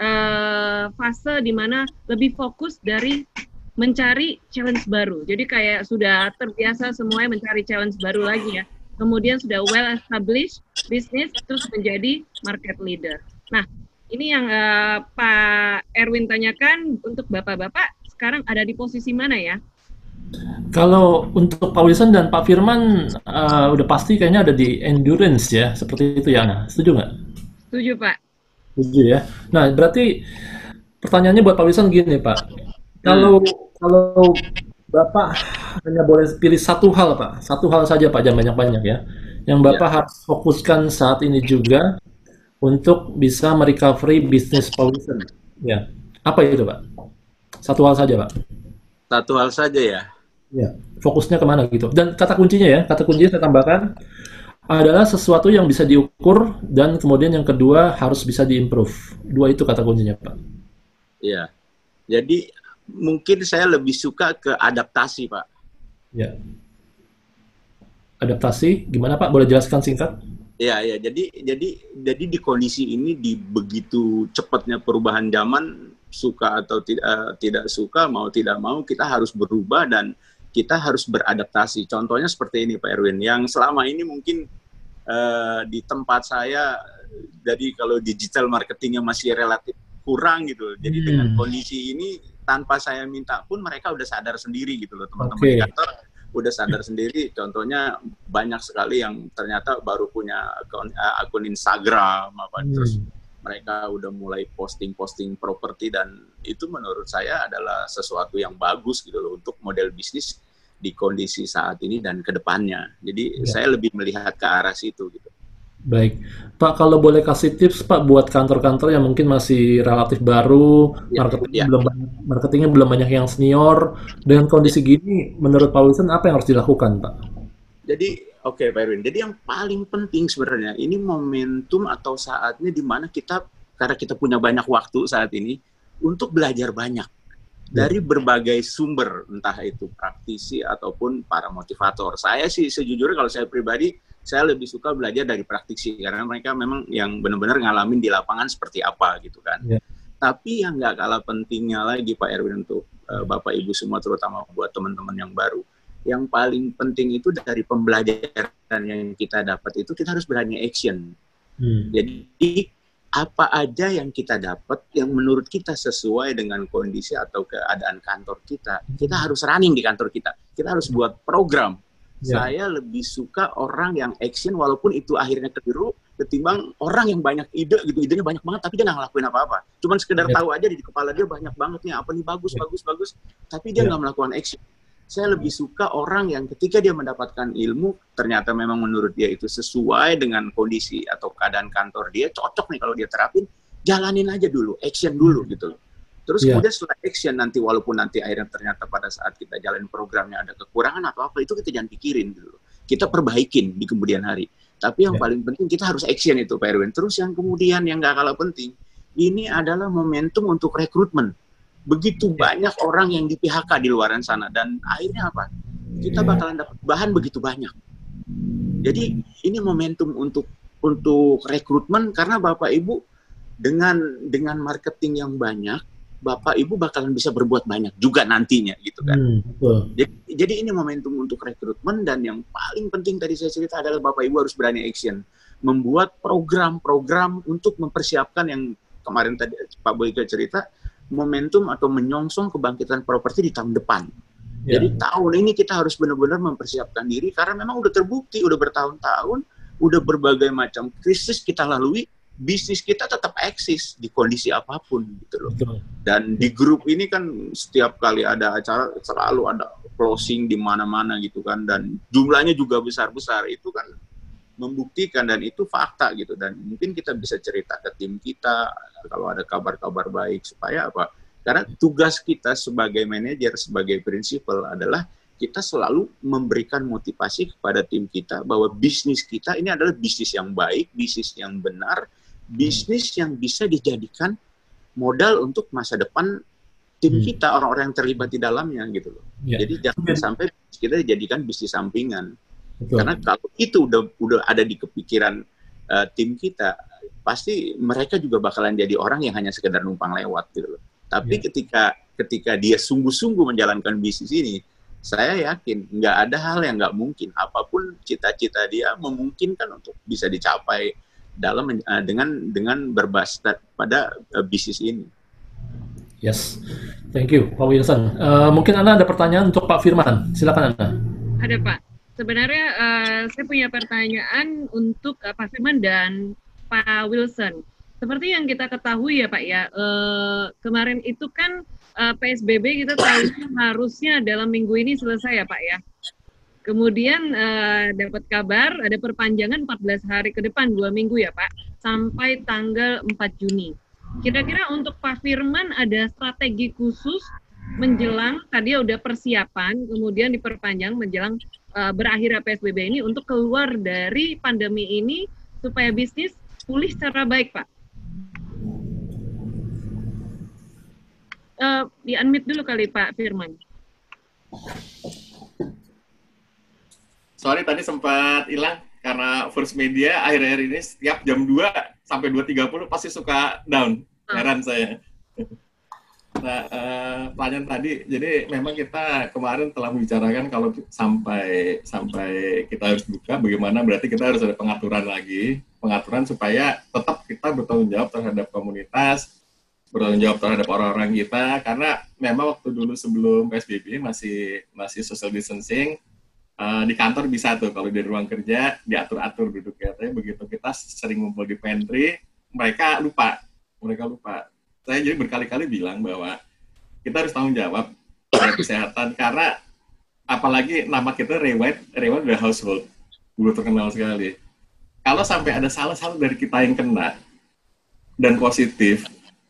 uh, fase di mana lebih fokus dari mencari challenge baru. Jadi kayak sudah terbiasa semuanya mencari challenge baru lagi ya. Kemudian sudah well established bisnis terus menjadi market leader. Nah, ini yang uh, Pak Erwin tanyakan, untuk Bapak-bapak sekarang ada di posisi mana ya? Kalau untuk Pak Wilson dan Pak Firman uh, udah pasti kayaknya ada di endurance ya, seperti itu ya Ana. Setuju nggak? Setuju Pak. Setuju ya. Nah berarti pertanyaannya buat Pak Wilson gini Pak, kalau hmm. kalau Bapak hanya boleh pilih satu hal Pak, satu hal saja Pak, jangan banyak-banyak ya, yang Bapak ya. harus fokuskan saat ini juga untuk bisa merecovery bisnis Pak Wilson. Ya, apa itu Pak? Satu hal saja Pak. Satu hal saja ya. Ya, fokusnya kemana gitu. Dan kata kuncinya ya, kata kuncinya saya tambahkan adalah sesuatu yang bisa diukur, dan kemudian yang kedua harus bisa diimprove. Dua itu kata kuncinya Pak. Iya. Jadi mungkin saya lebih suka ke adaptasi, Pak. Ya. Adaptasi, gimana Pak? Boleh jelaskan singkat? Ya, ya. Jadi, jadi, jadi di kondisi ini, di begitu cepatnya perubahan zaman, suka atau tidak, uh, tidak suka, mau tidak mau, kita harus berubah dan kita harus beradaptasi. Contohnya seperti ini, Pak Erwin, yang selama ini mungkin uh, di tempat saya, jadi kalau digital marketingnya masih relatif kurang gitu. Jadi hmm. dengan kondisi ini, tanpa saya minta pun mereka udah sadar sendiri gitu loh, teman-teman okay. di kantor udah sadar sendiri. Contohnya banyak sekali yang ternyata baru punya akun, akun Instagram apa hmm. terus mereka udah mulai posting-posting properti, dan itu menurut saya adalah sesuatu yang bagus gitu loh untuk model bisnis di kondisi saat ini dan ke depannya. Jadi ya. Saya lebih melihat ke arah situ gitu. Baik, Pak, kalau boleh kasih tips Pak buat kantor-kantor yang mungkin masih relatif baru, ya, marketing ya. belum banyak, marketingnya belum banyak yang senior, dengan kondisi gini, menurut Pak Wilson apa yang harus dilakukan, Pak? Jadi, oke okay, Pak Erwin, jadi yang paling penting sebenarnya ini momentum atau saatnya di mana kita, karena kita punya banyak waktu saat ini untuk belajar banyak dari berbagai sumber, entah itu praktisi ataupun para motivator. Saya sih sejujurnya kalau saya pribadi, saya lebih suka belajar dari praktisi karena mereka memang yang benar-benar ngalamin di lapangan seperti apa gitu kan. Yeah. Tapi yang nggak kalah pentingnya lagi Pak Erwin untuk uh, Bapak Ibu semua, terutama buat teman-teman yang baru, yang paling penting itu dari pembelajaran yang kita dapat itu kita harus berani action. Hmm. Jadi apa aja yang kita dapat yang menurut kita sesuai dengan kondisi atau keadaan kantor kita, kita harus running di kantor kita. Kita harus buat program. Yeah. Saya lebih suka orang yang action walaupun itu akhirnya keliru ketimbang orang yang banyak ide gitu, idenya banyak banget tapi dia nggak ngelakuin apa-apa. Cuman sekedar yeah. tahu aja di kepala dia banyak banget nih apa nih bagus yeah. bagus bagus, tapi dia nggak yeah. melakukan action. Saya lebih suka orang yang ketika dia mendapatkan ilmu ternyata memang menurut dia itu sesuai dengan kondisi atau keadaan kantor dia, cocok nih kalau dia terapin, jalanin aja dulu, action dulu gitu loh. Terus yeah. kemudian setelah action nanti walaupun nanti akhirnya ternyata pada saat kita jalan programnya ada kekurangan atau apa, itu kita jangan pikirin gitu loh. Kita perbaikin di kemudian hari. Tapi yang yeah. paling penting kita harus action itu Pak Erwin. Terus yang kemudian yang gak kalah penting, ini adalah momentum untuk rekrutmen. Begitu yeah. banyak orang yang di P H K di luaran sana dan akhirnya apa? Kita bakalan dapat bahan begitu banyak. Jadi ini momentum untuk untuk rekrutmen karena Bapak Ibu dengan dengan marketing yang banyak, Bapak Ibu bakalan bisa berbuat banyak juga nantinya gitu kan. Hmm, jadi, jadi ini momentum untuk rekrutmen dan yang paling penting tadi saya cerita adalah Bapak Ibu harus berani action. Membuat program-program untuk mempersiapkan yang kemarin tadi Pak Boyke cerita, momentum atau menyongsong kebangkitan properti di tahun depan. Yeah. Jadi tahun ini kita harus benar-benar mempersiapkan diri karena memang udah terbukti, udah bertahun-tahun, udah berbagai macam krisis kita lalui, bisnis kita tetap eksis di kondisi apapun gitu loh. Dan di grup ini kan setiap kali ada acara selalu ada closing di mana-mana gitu kan, dan jumlahnya juga besar-besar. Itu kan membuktikan dan itu fakta gitu, dan mungkin kita bisa cerita ke tim kita kalau ada kabar-kabar baik supaya apa? Karena tugas kita sebagai manajer, sebagai prinsipal adalah kita selalu memberikan motivasi kepada tim kita bahwa bisnis kita ini adalah bisnis yang baik, bisnis yang benar, bisnis yang bisa dijadikan modal untuk masa depan tim hmm. kita, orang-orang yang terlibat di dalamnya gitu loh. Ya. Jadi jangan sampai kita dijadikan bisnis sampingan. Betul. Karena kalau itu udah udah ada di kepikiran uh, tim kita, pasti mereka juga bakalan jadi orang yang hanya sekedar numpang lewat gitu loh. Tapi ya. ketika ketika dia sungguh-sungguh menjalankan bisnis ini, saya yakin nggak ada hal yang nggak mungkin. Apapun cita-cita dia memungkinkan untuk bisa dicapai dalam uh, dengan dengan berbasis pada uh, bisnis ini. Yes, thank you Pak Wilson. Uh, mungkin Anda ada pertanyaan untuk Pak Firman, silakan Anda. Ada Pak. Sebenarnya uh, saya punya pertanyaan untuk uh, Pak Firman dan Pak Wilson. Seperti yang kita ketahui ya Pak ya, uh, kemarin itu kan uh, P S B B kita tahu harusnya dalam minggu ini selesai ya Pak ya. Kemudian uh, dapat kabar ada perpanjangan empat belas hari ke depan, dua minggu ya Pak, sampai tanggal empat Juni. Kira-kira untuk Pak Firman ada strategi khusus menjelang tadi udah persiapan, kemudian diperpanjang menjelang uh, berakhirnya P S B B ini untuk keluar dari pandemi ini supaya bisnis pulih secara baik, Pak? uh, di-unmute dulu kali Pak Firman. Sorry tadi sempat hilang karena First Media akhir-akhir ini setiap jam dua sampai dua tiga puluh pasti suka down. Heran saya. Nah, uh, pertanyaan tadi, jadi memang kita kemarin telah membicarakan kalau sampai sampai kita harus buka, bagaimana berarti kita harus ada pengaturan lagi, pengaturan supaya tetap kita bertanggung jawab terhadap komunitas, bertanggung jawab terhadap orang-orang kita, karena memang waktu dulu sebelum P S B B masih masih social distancing, uh, di kantor bisa tuh kalau di ruang kerja diatur-atur duduknya, tapi begitu kita sering ngumpul di pantry, mereka lupa, mereka lupa. Saya jadi berkali-kali bilang bahwa kita harus tanggung jawab terhadap kesehatan, karena apalagi nama kita Rewind, Rewind udah household, udah terkenal sekali. Kalau sampai ada salah satu dari kita yang kena dan positif,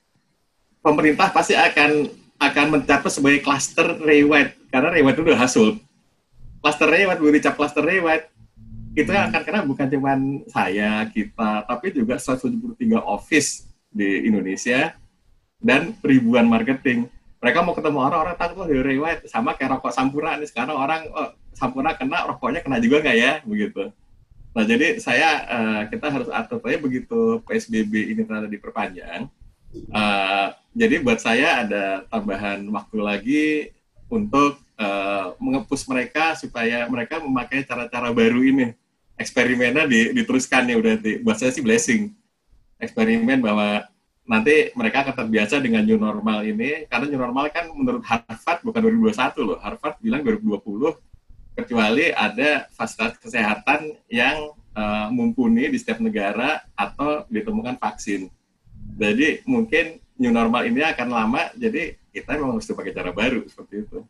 pemerintah pasti akan akan mencapai sebagai klaster Rewind, karena Rewind itu udah household. Klaster Rewind, udah dicap klaster Rewind, itu yang akan kena bukan cuma saya, kita, tapi juga seratus tujuh puluh tiga office di Indonesia, dan ribuan marketing. Mereka mau ketemu orang, orang takut loh dari Rewind, sama kayak rokok Sampurna nih, sekarang orang, oh, Sampurna kena, rokoknya kena juga nggak ya, begitu. Nah, jadi saya, uh, kita harus atur, tapi begitu P S B B ini ternyata diperpanjang, uh, jadi buat saya ada tambahan waktu lagi untuk uh, mengepus mereka, supaya mereka memakai cara-cara baru ini. Eksperimennya diteruskan ya, udah di, buat saya sih blessing. Eksperimen bahwa nanti mereka akan terbiasa dengan new normal ini, karena new normal kan menurut Harvard bukan dua ribu dua puluh satu loh, Harvard bilang dua ribu dua puluh, kecuali ada fasilitas kesehatan yang uh, mumpuni di setiap negara atau ditemukan vaksin. Jadi mungkin new normal ini akan lama, jadi kita memang harus pakai cara baru seperti itu.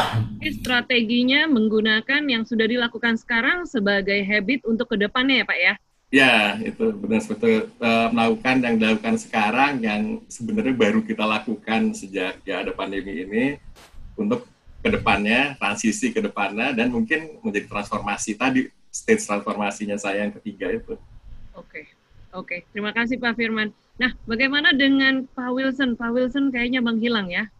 Strateginya menggunakan yang sudah dilakukan sekarang sebagai habit untuk kedepannya ya Pak ya? Ya, itu benar betul uh, melakukan yang dilakukan sekarang yang sebenarnya baru kita lakukan sejak ya ada pandemi ini untuk kedepannya, transisi ke depannya, dan mungkin menjadi transformasi tadi, stage transformasinya saya yang ketiga itu. Oke, oke. Terima kasih Pak Firman. Nah, bagaimana dengan Pak Wilson? Pak Wilson kayaknya menghilang ya?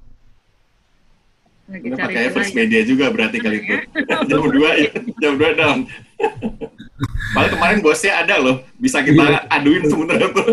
Lagi cari pakai First Media juga berarti kali itu. jam dua, jam dua down. Malah kemarin bosnya ada loh, bisa kita aduin sebenarnya tuh.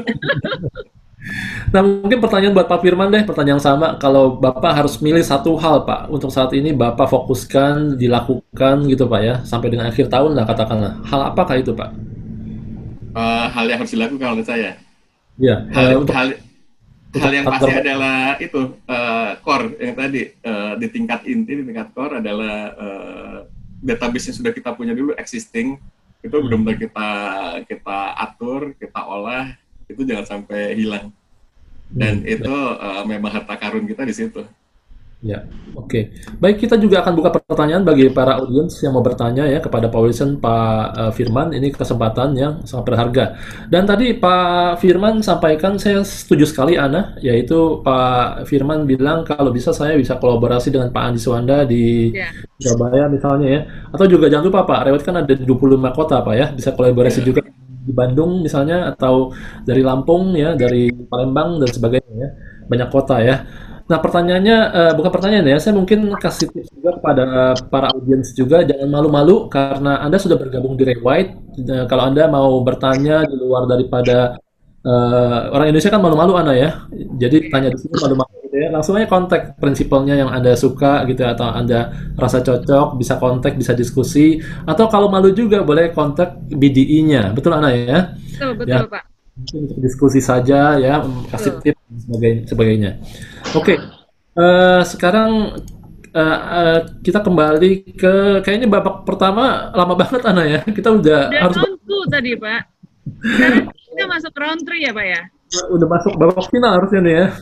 Nah, mungkin pertanyaan buat Pak Firman deh, pertanyaan sama. Kalau Bapak harus milih satu hal, Pak, untuk saat ini Bapak fokuskan, dilakukan gitu, Pak ya, sampai dengan akhir tahun lah katakanlah. Hal apakah itu, Pak? Uh, hal yang harus dilakukan oleh saya? Iya. Hal, uh, untuk, hal, hal yang pasti adalah itu, uh, core yang tadi, uh, di tingkat inti, di tingkat core adalah uh, database yang sudah kita punya dulu, existing, itu benar-benar kita kita atur, kita olah, itu jangan sampai hilang. Dan hmm, itu uh, memang harta karun kita di situ. Ya, oke. Okay. Baik, kita juga akan buka pertanyaan bagi para audiens yang mau bertanya ya kepada Pak Wilson, Pak uh, Firman. Ini kesempatan yang sangat berharga. Dan tadi Pak Firman sampaikan, saya setuju sekali, Ana, yaitu Pak Firman bilang kalau bisa saya bisa kolaborasi dengan Pak Andi Suwanda di yeah. Surabaya misalnya ya. Atau juga jangan lupa Pak, Rewind kan ada di dua puluh lima kota Pak ya, bisa kolaborasi yeah. juga di Bandung misalnya, atau dari Lampung ya, dari Palembang dan sebagainya ya. Banyak kota ya. Nah, pertanyaannya, uh, bukan pertanyaan ya, saya mungkin kasih tips juga kepada para audiens juga, jangan malu-malu karena Anda sudah bergabung di Rewind. Uh, kalau Anda mau bertanya di luar daripada uh, orang Indonesia kan malu-malu Anda ya, jadi tanya di sini malu-malu gitu ya, langsung aja kontak prinsipalnya yang Anda suka gitu, atau Anda rasa cocok, bisa kontak, bisa diskusi, atau kalau malu juga boleh kontak B D I-nya, betul Ana ya? Betul, betul ya. Pak. Untuk diskusi saja ya, kasih tips dan sebagainya. Oke, okay. uh, sekarang uh, uh, kita kembali ke kayaknya babak pertama lama banget Ana ya. Kita udah, udah harus round two tadi Pak. Sekarang kita masuk round three ya Pak ya. Udah masuk babak final harusnya nih ya.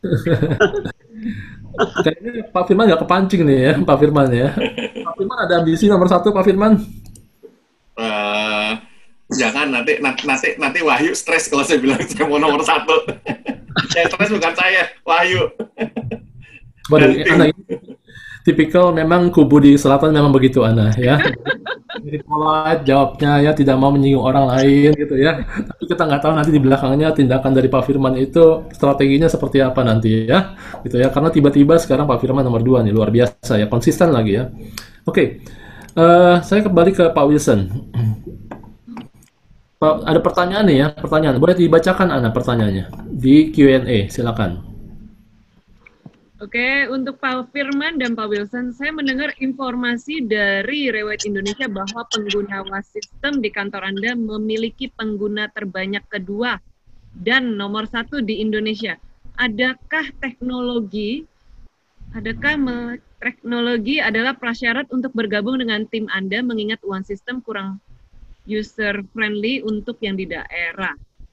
Kayaknya Pak Firman nggak kepancing nih ya, Pak Firman ya. Pak Firman ada ambisi nomor satu Pak Firman. Uh... Jangan nanti nanti nanti Wahyu stres kalau saya bilang saya mau nomor satu. Yang stres bukan saya, Wahyu. Waduh, Ana ini tipikal memang kubu di selatan memang begitu Ana ya. Very polite jawabnya ya, tidak mau menyinggung orang lain gitu ya. Tapi kita nggak tahu nanti di belakangnya tindakan dari Pak Firman itu strateginya seperti apa nanti ya, gitu ya. Karena tiba-tiba sekarang Pak Firman nomor dua nih, luar biasa ya, konsisten lagi ya. Oke, eh, saya kembali ke Pak Wilson. Pak, ada pertanyaan nih ya, pertanyaan. Boleh dibacakan Ana pertanyaannya di Q and A, silakan. Oke, untuk Pak Firman dan Pak Wilson, saya mendengar informasi dari Rewet Indonesia bahwa pengguna W A S System di kantor Anda memiliki pengguna terbanyak kedua dan nomor satu di Indonesia. Adakah teknologi, adakah me- teknologi adalah prasyarat untuk bergabung dengan tim Anda mengingat One System kurang user friendly untuk yang di daerah?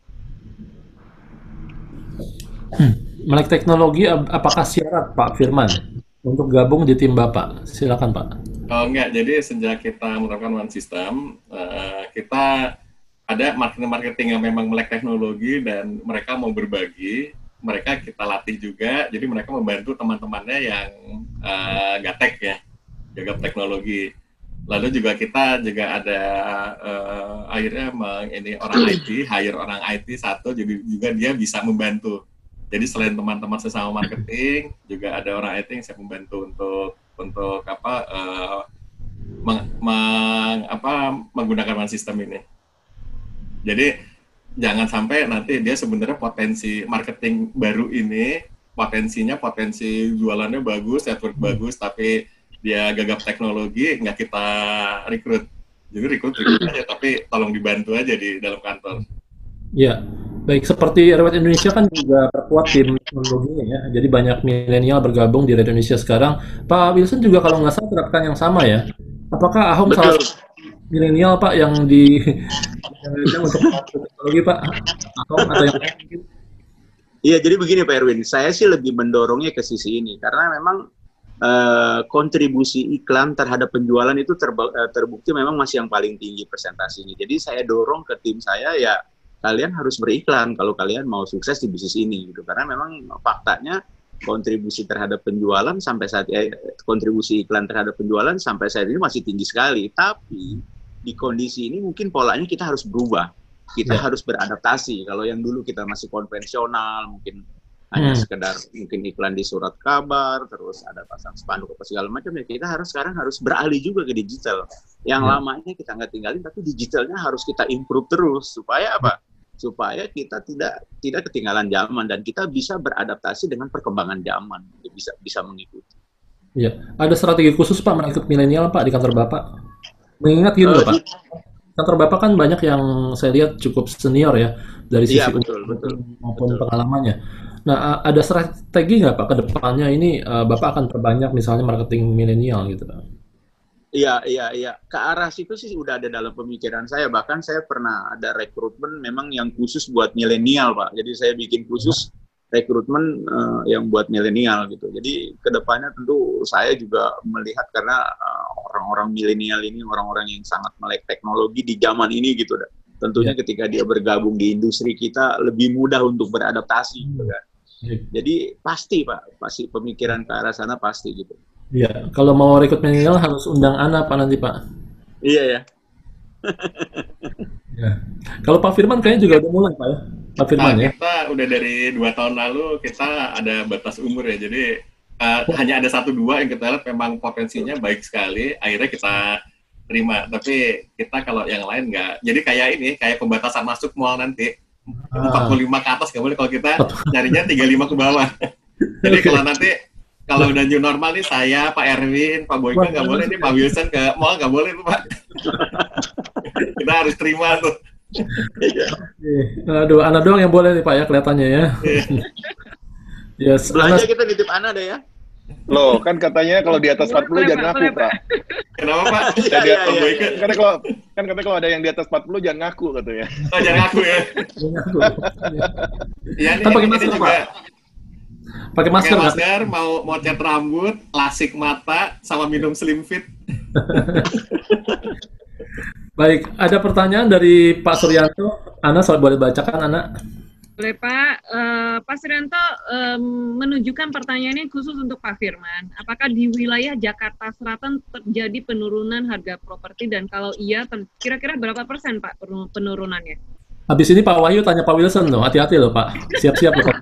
Hmm. Melek teknologi apakah syarat Pak Firman untuk gabung di tim Bapak? Silakan Pak. Oh enggak, jadi sejak kita menerapkan One System, uh, kita ada marketing-marketing yang memang melek teknologi dan mereka mau berbagi, mereka kita latih juga, jadi mereka membantu teman-temannya yang uh, gaptek ya, gagap teknologi. Lalu juga kita juga ada uh, akhirnya meng, ini orang I T, hire orang I T satu, jadi juga dia bisa membantu. Jadi selain teman-teman sesama marketing, juga ada orang I T yang saya membantu untuk untuk apa, uh, meng, meng, apa menggunakan One System ini. Jadi jangan sampai nanti dia sebenarnya potensi marketing baru ini, potensinya potensi jualannya bagus, network bagus, tapi dia gagap teknologi, nggak kita rekrut. Jadi rekrut rekrut aja, tapi tolong dibantu aja di dalam kantor. Ya, baik, seperti Rewet Indonesia kan juga perkuat tim teknologinya ya. Jadi banyak milenial bergabung di Rewet Indonesia sekarang. Pak Wilson juga kalau nggak salah terapkan yang sama ya. Apakah Ahom salah satu milenial Pak yang di yang untuk teknologi Pak? Ahom atau yang lain? Iya, jadi begini Pak Erwin, saya sih lebih mendorongnya ke sisi ini karena memang uh, kontribusi iklan terhadap penjualan itu terba- terbukti memang masih yang paling tinggi presentasinya. Jadi saya dorong ke tim saya ya, kalian harus beriklan kalau kalian mau sukses di bisnis ini gitu, karena memang faktanya kontribusi terhadap penjualan sampai saat eh, kontribusi iklan terhadap penjualan sampai saat ini masih tinggi sekali. Tapi di kondisi ini mungkin polanya kita harus berubah, kita ya. harus beradaptasi. Kalau yang dulu kita masih konvensional, mungkin hanya hmm. sekedar mungkin iklan di surat kabar, terus ada pasang spanduk apa segala macam, ya kita harus sekarang harus beralih juga ke digital. Yang hmm. lamanya kita nggak tinggalin, tapi digitalnya harus kita improve terus supaya apa? Supaya kita tidak tidak ketinggalan zaman dan kita bisa beradaptasi dengan perkembangan zaman, bisa bisa mengikuti. Ya, ada strategi khusus Pak merekrut milenial Pak di kantor Bapak? Mengingat gitu uh, Pak, kantor Bapak kan banyak yang saya lihat cukup senior ya dari sisi iya, betul, betul, maupun betul. pengalamannya. Nah, ada strategi nggak Pak ke depannya ini uh, Bapak akan perbanyak misalnya marketing milenial gitu Pak? Iya, iya, iya. Ke arah situ sih udah ada dalam pemikiran saya. Bahkan saya pernah ada rekrutmen memang yang khusus buat milenial, Pak. Jadi saya bikin khusus rekrutmen uh, yang buat milenial gitu. Jadi kedepannya tentu saya juga melihat karena uh, orang-orang milenial ini orang-orang yang sangat melek teknologi di zaman ini gitu. Tentunya ya. Ketika dia bergabung di industri kita lebih mudah untuk beradaptasi gitu kan. Ya. Jadi pasti Pak, pasti pemikiran ke arah sana pasti gitu. Iya, kalau mau rekrut milenial harus undang Ana Pak nanti Pak. Iya ya. Ya. Kalau Pak Firman kayaknya juga udah mulai Pak ya. Pak Firman nah, ya. Kita udah dari dua tahun lalu kita ada batas umur ya, jadi uh, oh. hanya ada satu dua yang kita lihat memang potensinya baik sekali, akhirnya kita terima. Tapi kita kalau yang lain nggak. Jadi kayak ini, kayak pembatasan masuk mall nanti ah. empat puluh lima ke atas nggak boleh, kalau kita nyarinya tiga puluh lima ke bawah. Jadi kalau nanti kalau udah new normal nih, saya, Pak Erwin, Pak Boyka nggak boleh nih, Pak Wilson ke mall nggak boleh tuh Pak. Kita harus terima tuh. Aduh, Ana doang yang boleh nih Pak ya kelihatannya ya. Yes. Belanja kita nitip Ana deh ya. Loh, kan katanya kalau di atas empat puluh jangan ngaku Pak. Kenapa Pak? Ya, ya, ya, ya. Kan kalau kan katanya kalau ada yang di atas empat puluh jangan ngaku katanya. Oh, jangan ngaku ya. Iya nih, pakai masker Pak. Pakai masker, Pake masker mau mau cat rambut, lasik mata, sama minum Slim Fit. Baik, ada pertanyaan dari Pak Suryanto. Ana, boleh bacakan Ana? Boleh Pak, uh, Pak Srianto um, menunjukkan pertanyaannya khusus untuk Pak Firman. Apakah di wilayah Jakarta Selatan terjadi penurunan harga properti dan kalau iya, kira-kira berapa persen Pak penurunannya? Habis ini Pak Wahyu tanya Pak Wilson loh, hati-hati loh Pak, siap-siap loh Pak.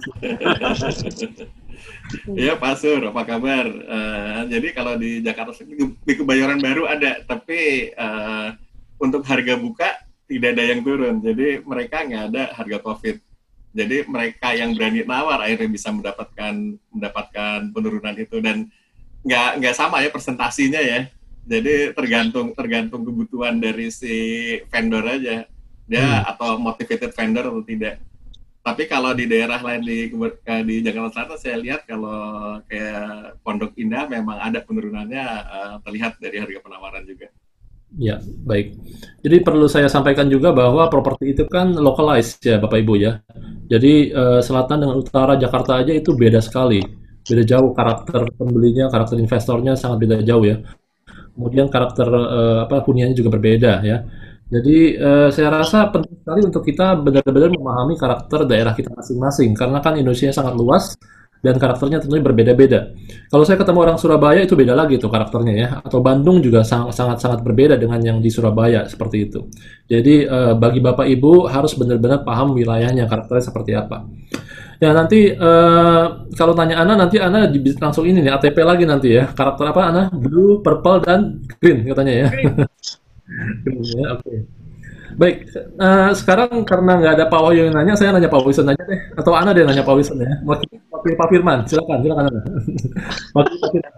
Iya Pak Sur, apa kabar? Uh, jadi kalau di Jakarta di Kebayoran Baru ada, tapi uh, untuk harga buka tidak ada yang turun. Jadi mereka nggak ada harga COVID. Jadi mereka yang berani nawar akhirnya bisa mendapatkan mendapatkan penurunan itu dan nggak nggak sama ya presentasinya ya. Jadi tergantung tergantung kebutuhan dari si vendor aja dia hmm. atau motivated vendor atau tidak. Tapi kalau di daerah lain di di Jakarta Selatan saya lihat kalau kayak Pondok Indah memang ada penurunannya uh, terlihat dari harga penawaran juga. Ya, baik. Jadi perlu saya sampaikan juga bahwa properti itu kan localized ya Bapak Ibu ya. Jadi eh, selatan dengan utara Jakarta aja itu beda sekali. Beda jauh karakter pembelinya, karakter investornya sangat beda jauh ya. Kemudian karakter eh, apa huniannya juga berbeda ya. Jadi eh, saya rasa penting sekali untuk kita benar-benar memahami karakter daerah kita masing-masing karena kan Indonesia sangat luas dan karakternya tentunya berbeda-beda. Kalau saya ketemu orang Surabaya itu beda lagi tuh karakternya ya, atau Bandung juga sangat-sangat berbeda dengan yang di Surabaya seperti itu. Jadi eh, bagi Bapak Ibu harus benar-benar paham wilayahnya, karakternya seperti apa. Ya nanti eh, kalau tanya Ana nanti Ana langsung ini nih A T P lagi nanti ya. Karakter apa Ana? Blue, purple dan green katanya ya. Green ya, oke. Okay. Baik, uh, sekarang karena nggak ada Pak Wahyu yang nanya, saya nanya Pak Wilson aja deh, atau Ana deh nanya Pak Wilson ya. Wakil Pak Firman, silakan, silakan Ana. Wakil Pak Firman.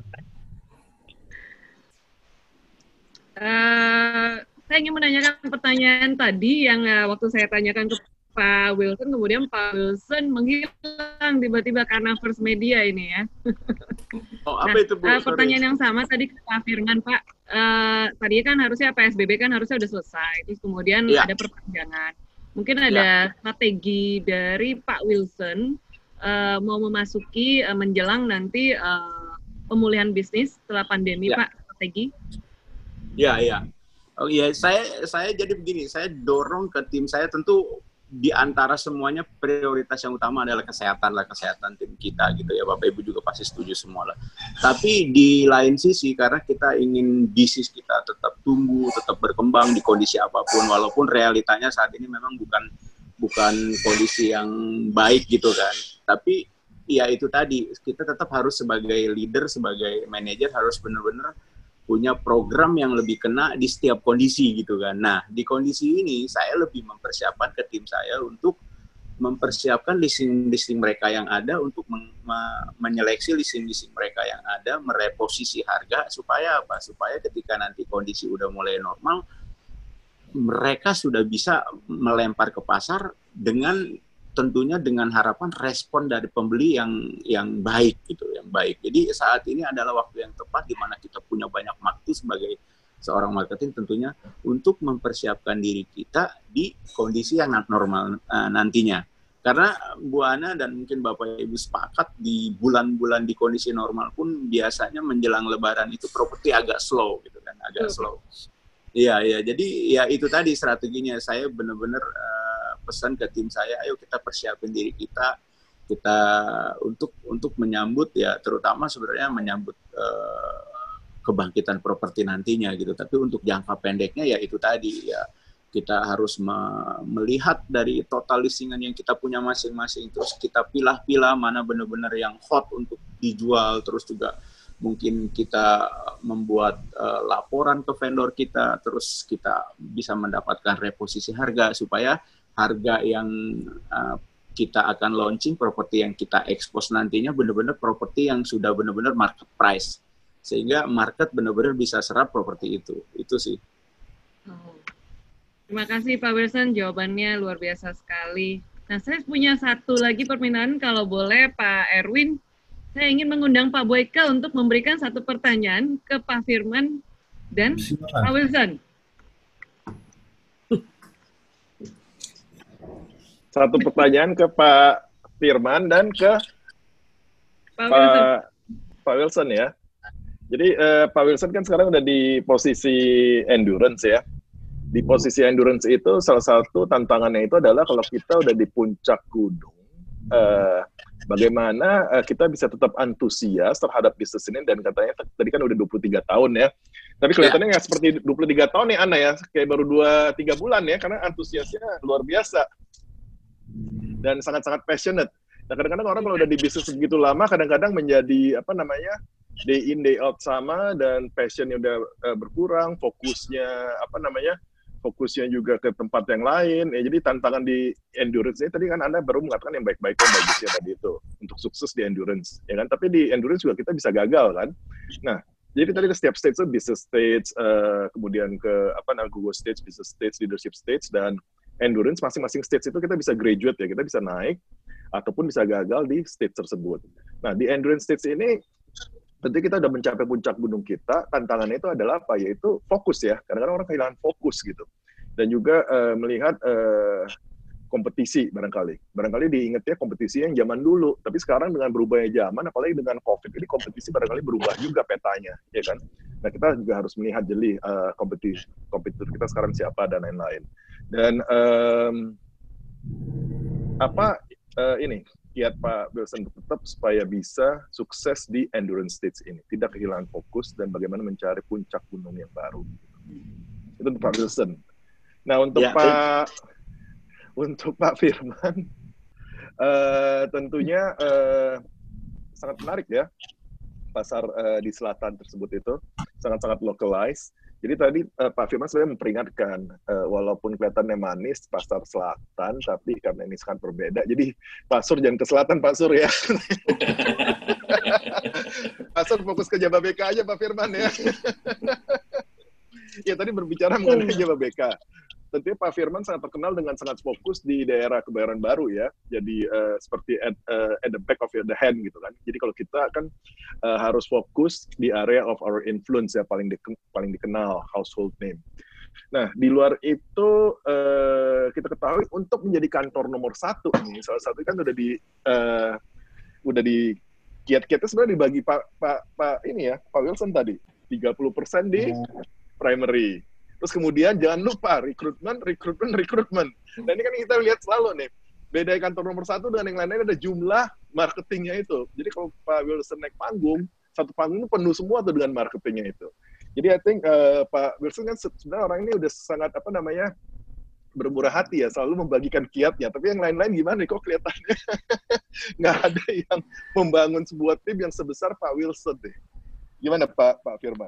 Uh, saya ingin menanyakan pertanyaan tadi yang uh, waktu saya tanyakan ke Pak Wilson, kemudian Pak Wilson menghilang tiba-tiba karena First Media ini ya. Oh, apa nah, itu Bu? Uh, pertanyaan yang sama tadi ke Pak Firman, Pak. Uh, tadi kan harusnya P S B B kan harusnya udah selesai, terus kemudian ya. ada perpanjangan. Mungkin ada ya. strategi dari Pak Wilson uh, mau memasuki uh, menjelang nanti uh, pemulihan bisnis setelah pandemi, ya. Pak, strategi? Ya, ya. Oh iya, saya saya jadi begini, saya dorong ke tim saya tentu di antara semuanya prioritas yang utama adalah kesehatan lah, kesehatan tim kita gitu ya, Bapak Ibu juga pasti setuju semua lah. Tapi di lain sisi karena kita ingin bisnis kita tetap tumbuh, tetap berkembang di kondisi apapun, walaupun realitanya saat ini memang bukan bukan kondisi yang baik gitu kan. Tapi ya itu tadi, kita tetap harus sebagai leader, sebagai manajer harus benar-benar punya program yang lebih kena di setiap kondisi gitu kan. Nah, di kondisi ini saya lebih mempersiapkan ke tim saya untuk mempersiapkan listing-listing mereka yang ada untuk men- me- menyeleksi listing-listing mereka yang ada, mereposisi harga supaya apa? Supaya ketika nanti kondisi udah mulai normal, mereka sudah bisa melempar ke pasar dengan tentunya dengan harapan respon dari pembeli yang yang baik gitu, yang baik. Jadi saat ini adalah waktu yang tepat di mana kita punya banyak waktu sebagai seorang marketing tentunya untuk mempersiapkan diri kita di kondisi yang normal uh, nantinya. Karena Bu Ana dan mungkin Bapak Ibu sepakat di bulan-bulan di kondisi normal pun biasanya menjelang Lebaran itu properti agak slow gitu kan, agak slow. Iya, iya. Jadi ya itu tadi strateginya. Saya benar-benar uh, pesan ke tim saya, ayo kita persiapin diri kita, kita untuk untuk menyambut ya, terutama sebenarnya menyambut uh, kebangkitan properti nantinya gitu. Tapi untuk jangka pendeknya ya itu tadi ya, kita harus me- melihat dari total listingan yang kita punya masing-masing, terus kita pilah-pilah mana benar-benar yang hot untuk dijual, terus juga mungkin kita membuat uh, laporan ke vendor kita, terus kita bisa mendapatkan reposisi harga supaya harga yang uh, kita akan launching, properti yang kita expose nantinya benar-benar properti yang sudah benar-benar market price, sehingga market benar-benar bisa serap properti itu. Itu sih. Oh. Terima kasih Pak Wilson, jawabannya luar biasa sekali. Nah, saya punya satu lagi permintaan, kalau boleh Pak Erwin. Saya ingin mengundang Pak Boyka untuk memberikan satu pertanyaan ke Pak Firman dan Silakan. Pak Wilson. Satu pertanyaan ke Pak Firman dan ke Pak Wilson, Pak, Pak Wilson ya. Jadi eh, Pak Wilson kan sekarang udah di posisi endurance ya. di posisi endurance itu salah satu tantangannya itu adalah kalau kita udah di puncak gunung, uh, bagaimana uh, kita bisa tetap antusias terhadap bisnis ini, dan katanya tadi kan udah dua puluh tiga tahun ya. Tapi kelihatannya nggak ya. seperti dua puluh tiga tahun nih Ana ya, kayak baru dua tiga bulan ya, karena antusiasnya luar biasa. Dan sangat-sangat passionate. Nah, kadang-kadang orang kalau udah di bisnis segitu lama, kadang-kadang menjadi, apa namanya, day in, day out sama, dan passionnya udah uh, berkurang, fokusnya, apa namanya, fokusnya juga ke tempat yang lain. Ya, jadi tantangan di endurance ini tadi kan Anda baru mengatakan yang baik-baiknya bagusnya tadi itu untuk sukses di endurance, ya kan? Tapi di endurance juga kita bisa gagal kan. Nah, jadi tadi ke setiap stage itu business stage, uh, kemudian ke apa namanya Google stage, business stage, leadership stage, dan endurance masing-masing stage itu kita bisa graduate ya, kita bisa naik ataupun bisa gagal di stage tersebut. Nah, di endurance stage ini tentu kita udah mencapai puncak gunung kita, tantangannya itu adalah apa? Yaitu fokus ya. Kadang-kadang orang kehilangan fokus gitu. Dan juga uh, melihat uh, kompetisi barangkali. Barangkali diingatnya kompetisi yang zaman dulu. Tapi sekarang dengan berubahnya zaman, apalagi dengan COVID, ini kompetisi barangkali berubah juga petanya, ya kan? Nah, kita juga harus melihat jeli uh, kompetisi, kompetitor kita sekarang siapa dan lain-lain. Dan um, apa uh, ini? Kiat Pak Wilson tetap supaya bisa sukses di endurance stage ini, tidak kehilangan fokus dan bagaimana mencari puncak gunung yang baru. Itu untuk Pak Wilson. Nah, untuk ya, Pak eh. untuk Pak Firman, uh, tentunya uh, sangat menarik ya pasar uh, di selatan tersebut itu sangat-sangat localized. Jadi tadi uh, Pak Firman sebenarnya memperingatkan, uh, walaupun kelihatannya manis pasar selatan, tapi karena ini sangat berbeda. Jadi Pak Sur jangan ke selatan, Pak Sur ya. Pak Sur fokus ke Jababeka aja Pak Firman ya. Ya tadi berbicara mengenai Jababeka. Tentunya Pak Firman sangat terkenal dengan sangat fokus di daerah Kebayoran Baru ya. Jadi uh, seperti at, uh, at the back of the hand gitu kan. Jadi kalau kita kan uh, harus fokus di area of our influence ya, paling di, paling dikenal, household name. Nah, di luar itu uh, kita ketahui untuk menjadi kantor nomor satu nih, salah satu kan udah di uh, udah di kiat-kiatnya sebenarnya dibagi Pak Pak Pak ini ya, Pak Wilson tadi tiga puluh persen di primary. Terus kemudian jangan lupa rekrutmen, rekrutmen, rekrutmen. Dan ini kan kita lihat selalu nih, beda kantor nomor satu dengan yang lainnya ada jumlah marketingnya itu. Jadi kalau Pak Wilson naik panggung, satu panggung itu penuh semua tuh dengan marketingnya itu. Jadi I think uh, Pak Wilson kan sebenarnya orang ini udah sangat apa namanya bermurah hati ya, selalu membagikan kiatnya. Tapi yang lain-lain gimana nih? Kok kelihatannya nggak ada yang membangun sebuah tim yang sebesar Pak Wilson deh. Gimana Pak Pak Firman?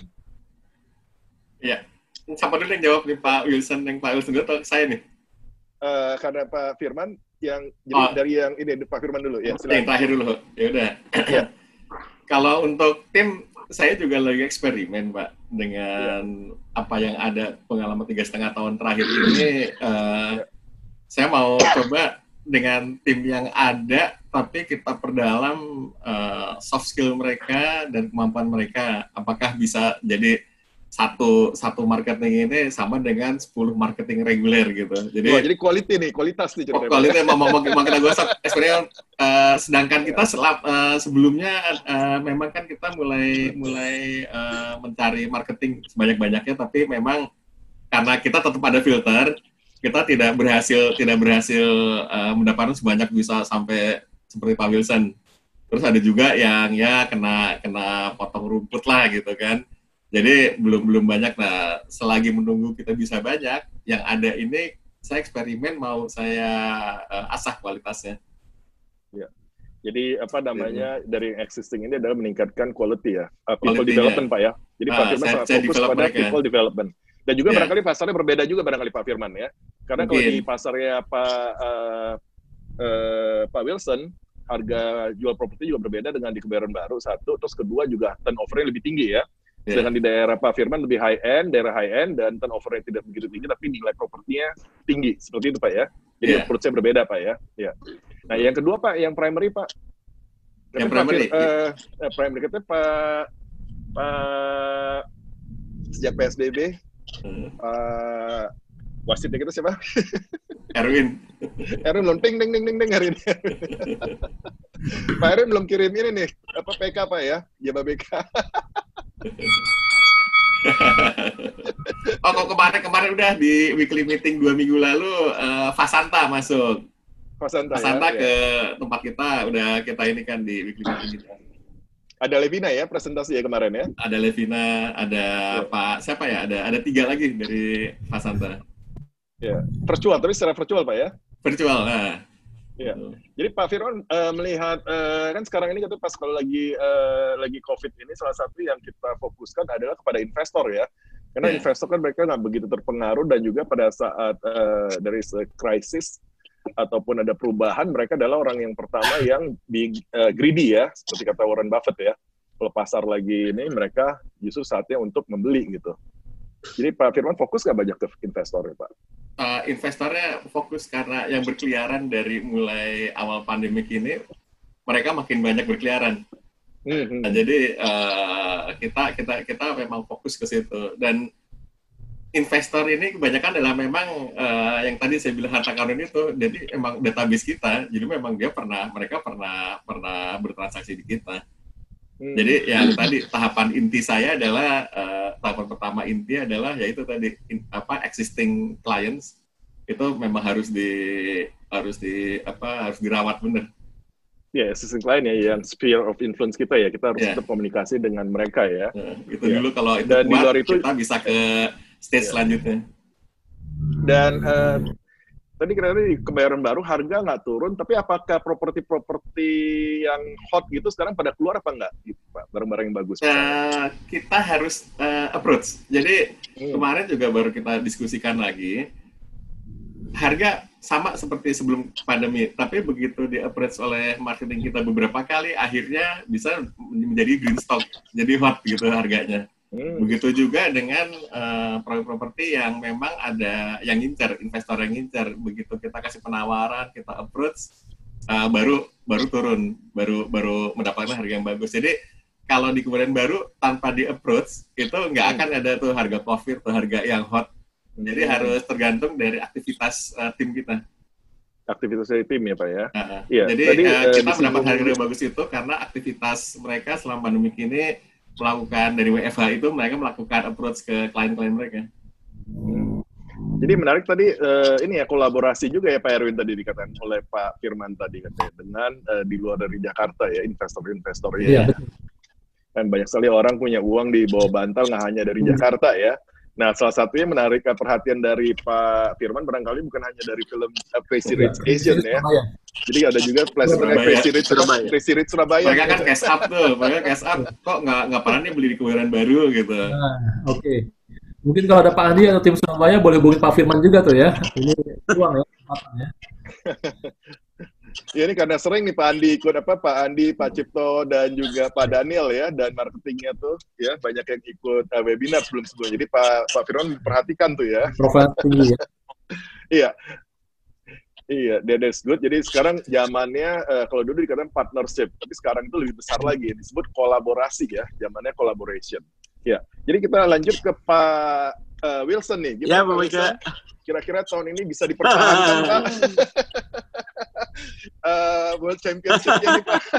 Iya. Siapa dulu yang jawab nih, Pak Wilson? Yang Pak Wilson dulu atau saya nih? Uh, karena Pak Firman yang jadi oh. dari yang ini Pak Firman dulu ya. Silakan. Yang terakhir dulu. Ya udah. Ya. Kalau untuk tim, saya juga lagi eksperimen, Pak, dengan ya. apa yang ada pengalaman tiga setengah tahun terakhir ini. Uh, ya. Saya mau coba dengan tim yang ada, tapi kita perdalam uh, soft skill mereka dan kemampuan mereka. Apakah bisa jadi satu satu marketing ini sama dengan sepuluh marketing reguler gitu. Jadi oh, jadi quality nih, kualitas nih ceritanya. Kualitas mau mau kita gue sebenarnya uh, sedangkan kita selap, uh, sebelumnya uh, memang kan kita mulai mulai uh, mencari marketing sebanyak-banyaknya, tapi memang karena kita tetap ada filter, kita tidak berhasil tidak berhasil uh, mendapatkan sebanyak bisa sampai seperti Pak Wilson. Terus ada juga yang ya kena kena potong rumput lah gitu kan. Jadi belum belum banyak. Nah, selagi menunggu kita bisa banyak, yang ada ini saya eksperimen mau saya uh, asah kualitasnya. Ya. Jadi apa namanya ya. Dari existing ini adalah meningkatkan quality ya, uh, people development Pak ya. Jadi ah, Pak Firman sangat fokus pada mereka. people development. Dan juga ya. barangkali pasarnya berbeda juga barangkali Pak Firman ya. Karena Mungkin. kalau di pasarnya Pak uh, uh, Pak Wilson, harga jual properti juga berbeda dengan di Kebayoran Baru satu, terus kedua juga turnover-nya lebih tinggi ya. Sedangkan yeah. di daerah Pak Firman lebih high end, daerah high end dan turnover-nya tidak begitu tinggi, tapi nilai propertinya tinggi, seperti itu Pak ya. Jadi yeah. approach-nya berbeda Pak ya. Ya. Nah yang kedua Pak, yang primary Pak. Yang primary. Pak, uh, uh, primary katanya Pak Pak sejak P S B B, hmm. Pak wasitnya kita siapa? Erwin. Erwin belum ting ting ting ting ting hari ini. Pak Erwin belum kirim ini nih apa P K Pak ya, Jababeka. Oh, kok kemarin-kemarin udah di weekly meeting dua minggu lalu, uh, Fasanta masuk. Fasanta, Fasanta ya, ke ya. tempat kita, udah kita ini kan di weekly meeting kita. Ada Levina ya presentasi ya kemarin ya? Ada Levina, ada ya. Pak, siapa ya? Ada ada tiga lagi dari Fasanta. Ya, virtual, tapi secara virtual Pak ya? Virtual, nah. Ya. Jadi Pak Firman uh, melihat uh, kan sekarang ini kita pas kalau lagi uh, lagi COVID ini salah satu yang kita fokuskan adalah kepada investor ya, karena yeah. investor kan mereka nggak begitu terpengaruh dan juga pada saat uh, dari krisis ataupun ada perubahan mereka adalah orang yang pertama yang di uh, greedy ya, seperti kata Warren Buffett ya. Kalau pasar lagi ini mereka justru saatnya untuk membeli gitu. Jadi Pak Firman fokus nggak banyak ke investor ya Pak? Uh, investornya fokus karena yang berkeliaran dari mulai awal pandemik ini, mereka makin banyak berkeliaran. Hmm. Nah, jadi uh, kita kita kita memang fokus ke situ. Dan investor ini kebanyakan adalah memang uh, yang tadi saya bilang harta karun itu, jadi emang database kita. Jadi memang dia pernah mereka pernah pernah bertransaksi di kita. Jadi yang tadi tahapan inti saya adalah uh, tahapan pertama inti adalah yaitu tadi in, apa existing clients itu memang harus di harus di apa harus dirawat benar. Ya, yeah, existing client ya yang sphere of influence kita ya, kita harus yeah. tetap komunikasi dengan mereka ya. Uh, itu yeah. dulu kalau itu dan kuat, di luar itu kita bisa ke stage yeah. selanjutnya. Dan uh, tadi kira-kira di Kebayoran Baru harga nggak turun, tapi apakah properti-properti yang hot gitu sekarang pada keluar apa nggak, gitu, Pak? Barang-barang yang bagus. Uh, kita harus uh, approach. Jadi hmm. kemarin juga baru kita diskusikan lagi, harga sama seperti sebelum pandemi, tapi begitu di-approach oleh marketing kita beberapa kali, akhirnya bisa menjadi green stock, jadi hot gitu harganya. Hmm. Begitu juga dengan uh, proyek properti yang memang ada yang ngincer, investor yang ngincer. Begitu kita kasih penawaran, kita approach, uh, baru baru turun, baru baru mendapatkan harga yang bagus. Jadi kalau di Kebayoran Baru tanpa di approach itu nggak hmm. akan ada tuh harga COVID atau harga yang hot. Jadi hmm. harus tergantung dari aktivitas uh, tim kita. Aktivitas dari tim ya Pak ya. Uh-huh. Ya, jadi tadi, uh, kita uh, mendapat harga yang bagus itu karena aktivitas mereka selama pandemi ini melakukan dari W F H itu mereka melakukan approach ke klien-klien mereka. Hmm. Jadi menarik tadi uh, ini ya kolaborasi juga ya Pak Erwin tadi dikatakan oleh Pak Firman tadi katanya dengan uh, di luar dari Jakarta ya investor-investor ya. Iya. Dan banyak sekali orang punya uang di bawah bantal nggak hanya dari hmm. Jakarta ya. Nah, salah satunya menarik perhatian dari Pak Firman barangkali bukan hanya dari film uh, Crazy Rich Asian ya. Jadi ada juga flashback Crazy Rich Surabaya. Crazy Rich Surabaya. Mereka kan cash up tuh, mereka cash up. Kok nggak nggak pernah nih beli di Kebayoran Baru gitu. Nah, oke. Okay. Mungkin kalau ada Pak Andi atau tim Surabaya boleh hubungi Pak Firman juga tuh ya. Ini uang ya, ya. Ya ini karena sering nih Pak Andi ikut apa Pak Andi, Pak Cipto dan juga Pak Daniel ya dan marketingnya tuh ya banyak yang ikut uh, webinar sebelum-sebelumnya. Jadi Pak Pak Firman perhatikan tuh ya. Profil tinggi ya. Iya. Iya, that's good. Jadi sekarang zamannya uh, kalau dulu dikatakan partnership, tapi sekarang itu lebih besar lagi disebut kolaborasi ya. Zamannya collaboration. Ya. Jadi kita lanjut ke Pak uh, Wilson nih. Gimana, ya, Pak Wilson? Kira-kira tahun ini bisa dipertahankan Pak? uh, World Championship-nya nih Pak.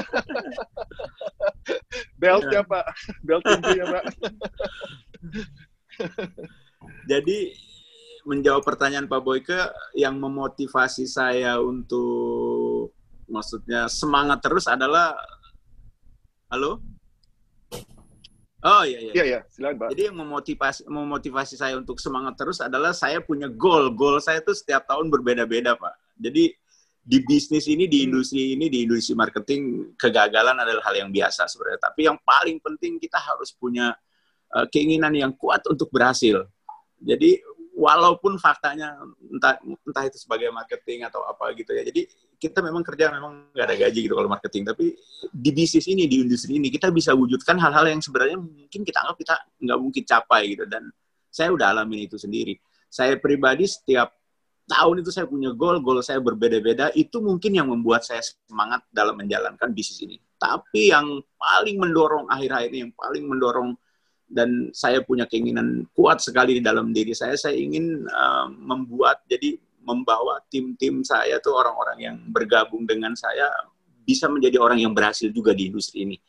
Belt-nya Pak. Belt tinjunya Pak. Jadi menjawab pertanyaan Pak Boyke, yang memotivasi saya untuk maksudnya semangat terus adalah halo? Oh iya iya. Iya iya, silakan Pak. Jadi yang memotivasi memotivasi saya untuk semangat terus adalah saya punya goal. Goal saya itu setiap tahun berbeda-beda, Pak. Jadi di bisnis ini, di industri ini, di industri marketing, kegagalan adalah hal yang biasa sebenarnya. Tapi yang paling penting kita harus punya uh, keinginan yang kuat untuk berhasil. Jadi walaupun faktanya entah entah itu sebagai marketing atau apa gitu ya. Jadi kita memang kerja memang nggak ada gaji gitu kalau marketing. Tapi di bisnis ini, di industri ini kita bisa wujudkan hal-hal yang sebenarnya mungkin kita anggap kita nggak mungkin capai gitu. Dan saya udah alamin itu sendiri. Saya pribadi setiap tahun itu saya punya goal, goal saya berbeda-beda. Itu mungkin yang membuat saya semangat dalam menjalankan bisnis ini. Tapi yang paling mendorong akhir-akhir ini, yang paling mendorong dan saya punya keinginan kuat sekali di dalam diri saya, saya ingin uh, membuat, jadi membawa tim-tim saya tuh orang-orang yang bergabung dengan saya bisa menjadi orang yang berhasil juga di industri ini.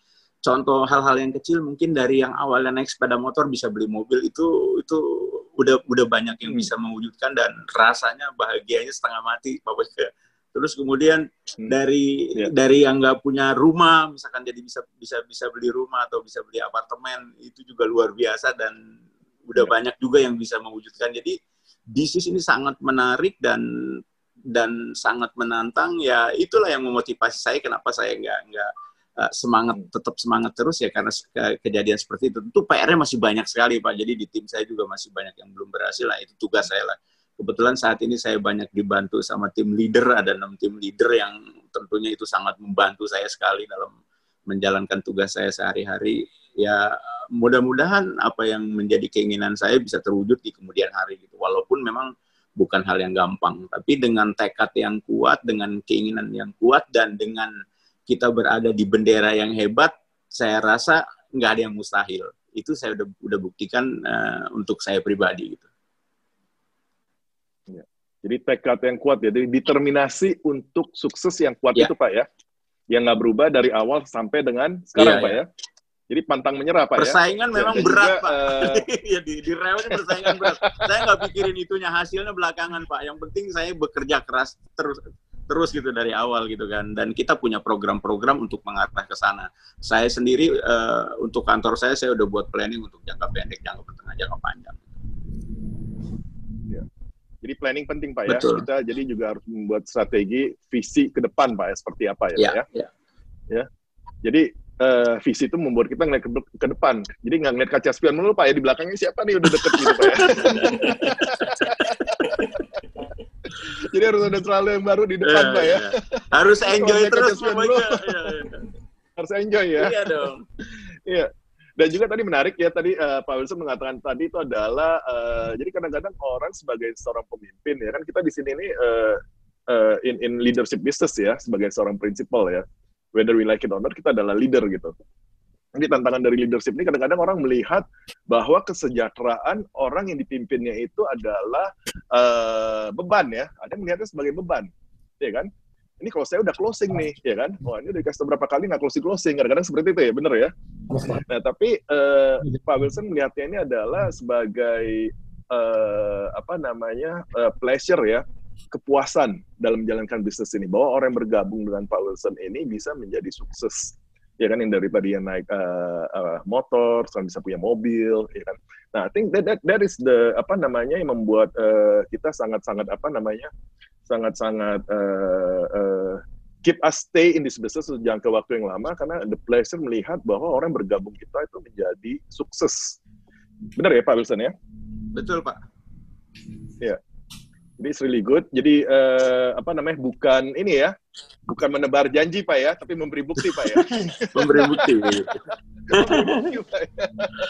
contoh hal-hal yang kecil mungkin dari yang awalnya naik sepeda motor bisa beli mobil itu itu udah udah banyak yang bisa mewujudkan dan rasanya bahagianya setengah mati Pak Boyke. Terus kemudian hmm. dari yeah. dari yang nggak punya rumah misalkan jadi bisa bisa bisa beli rumah atau bisa beli apartemen itu juga luar biasa dan udah yeah. banyak juga yang bisa mewujudkan. Jadi bisnis ini sangat menarik dan dan sangat menantang ya, itulah yang memotivasi saya kenapa saya nggak nggak uh, semangat tetap semangat terus ya karena ke, kejadian seperti itu. Tentu P R-nya masih banyak sekali Pak. Jadi di tim saya juga masih banyak yang belum berhasil lah, itu tugas saya lah. Kebetulan saat ini saya banyak dibantu sama tim leader, ada enam tim leader yang tentunya itu sangat membantu saya sekali dalam menjalankan tugas saya sehari-hari. Ya mudah-mudahan apa yang menjadi keinginan saya bisa terwujud di kemudian hari gitu. Walaupun memang bukan hal yang gampang, tapi dengan tekad yang kuat, dengan keinginan yang kuat, dan dengan kita berada di bendera yang hebat, saya rasa nggak ada yang mustahil. Itu saya udah, udah buktikan uh, untuk saya pribadi gitu. Jadi tekad yang kuat ya, jadi determinasi untuk sukses yang kuat ya. Itu Pak ya, yang nggak berubah dari awal sampai dengan sekarang ya, Pak ya. ya. Jadi pantang menyerah Pak persaingan ya. Persaingan memang dan berat juga, Pak. Uh... ya di di rel ini persaingan berat. Saya nggak pikirin itunya hasilnya belakangan Pak. Yang penting saya bekerja keras terus terus gitu dari awal gitu kan. Dan kita punya program-program untuk mengarah ke sana. Saya sendiri uh, untuk kantor saya saya udah buat planning untuk jangka pendek, jangka menengah, jangka panjang. Ya. Jadi planning penting Pak ya. Betul. Kita jadi juga harus membuat strategi visi ke depan Pak ya, seperti apa ya, ya, Pak ya. ya. Ya. Jadi uh, visi itu membuat kita ngeliat ke, ke depan. Jadi nggak ngeliat kaca spion dulu Pak ya, di belakangnya siapa nih udah deket gitu Pak ya. Jadi harus ada selalu yang baru di depan ya, Pak ya. ya. Harus enjoy terus Pak. Ya, ya. Harus enjoy ya. Iya dong. Iya. Dan juga tadi menarik ya, tadi uh, Pak Wilson mengatakan tadi itu adalah, uh, jadi kadang-kadang orang sebagai seorang pemimpin ya, kan kita di sini ini uh, uh, in, in leadership business ya, sebagai seorang principal ya, whether we like it or not, kita adalah leader gitu. Jadi tantangan dari leadership ini kadang-kadang orang melihat bahwa kesejahteraan orang yang dipimpinnya itu adalah uh, beban ya, ada yang melihatnya sebagai beban, ya kan? Ini kalau saya udah closing nih, ya kan? Wah, ini udah dikasih berapa kali nggak closing-closing, kadang-kadang seperti itu ya, bener ya? Nah, tapi uh, Pak Wilson melihatnya ini adalah sebagai uh, apa namanya uh, pleasure ya, kepuasan dalam menjalankan bisnis ini, bahwa orang yang bergabung dengan Pak Wilson ini bisa menjadi sukses, ya kan? Yang dari tadi yang naik uh, uh, motor, sekarang bisa punya mobil, ya kan? Nah, I think that that, that is the apa namanya yang membuat uh, kita sangat-sangat apa namanya sangat-sangat uh, uh, keep us stay in this business jangka waktu yang lama, karena the pleasure melihat bahwa orang bergabung kita itu menjadi sukses. Benar ya Pak Wilson ya? Betul Pak. Ya, jadi it's really good. Jadi uh, apa namanya, bukan ini ya, bukan menebar janji Pak ya, tapi memberi bukti Pak ya. Memberi bukti. Memberi bukti Pak ya.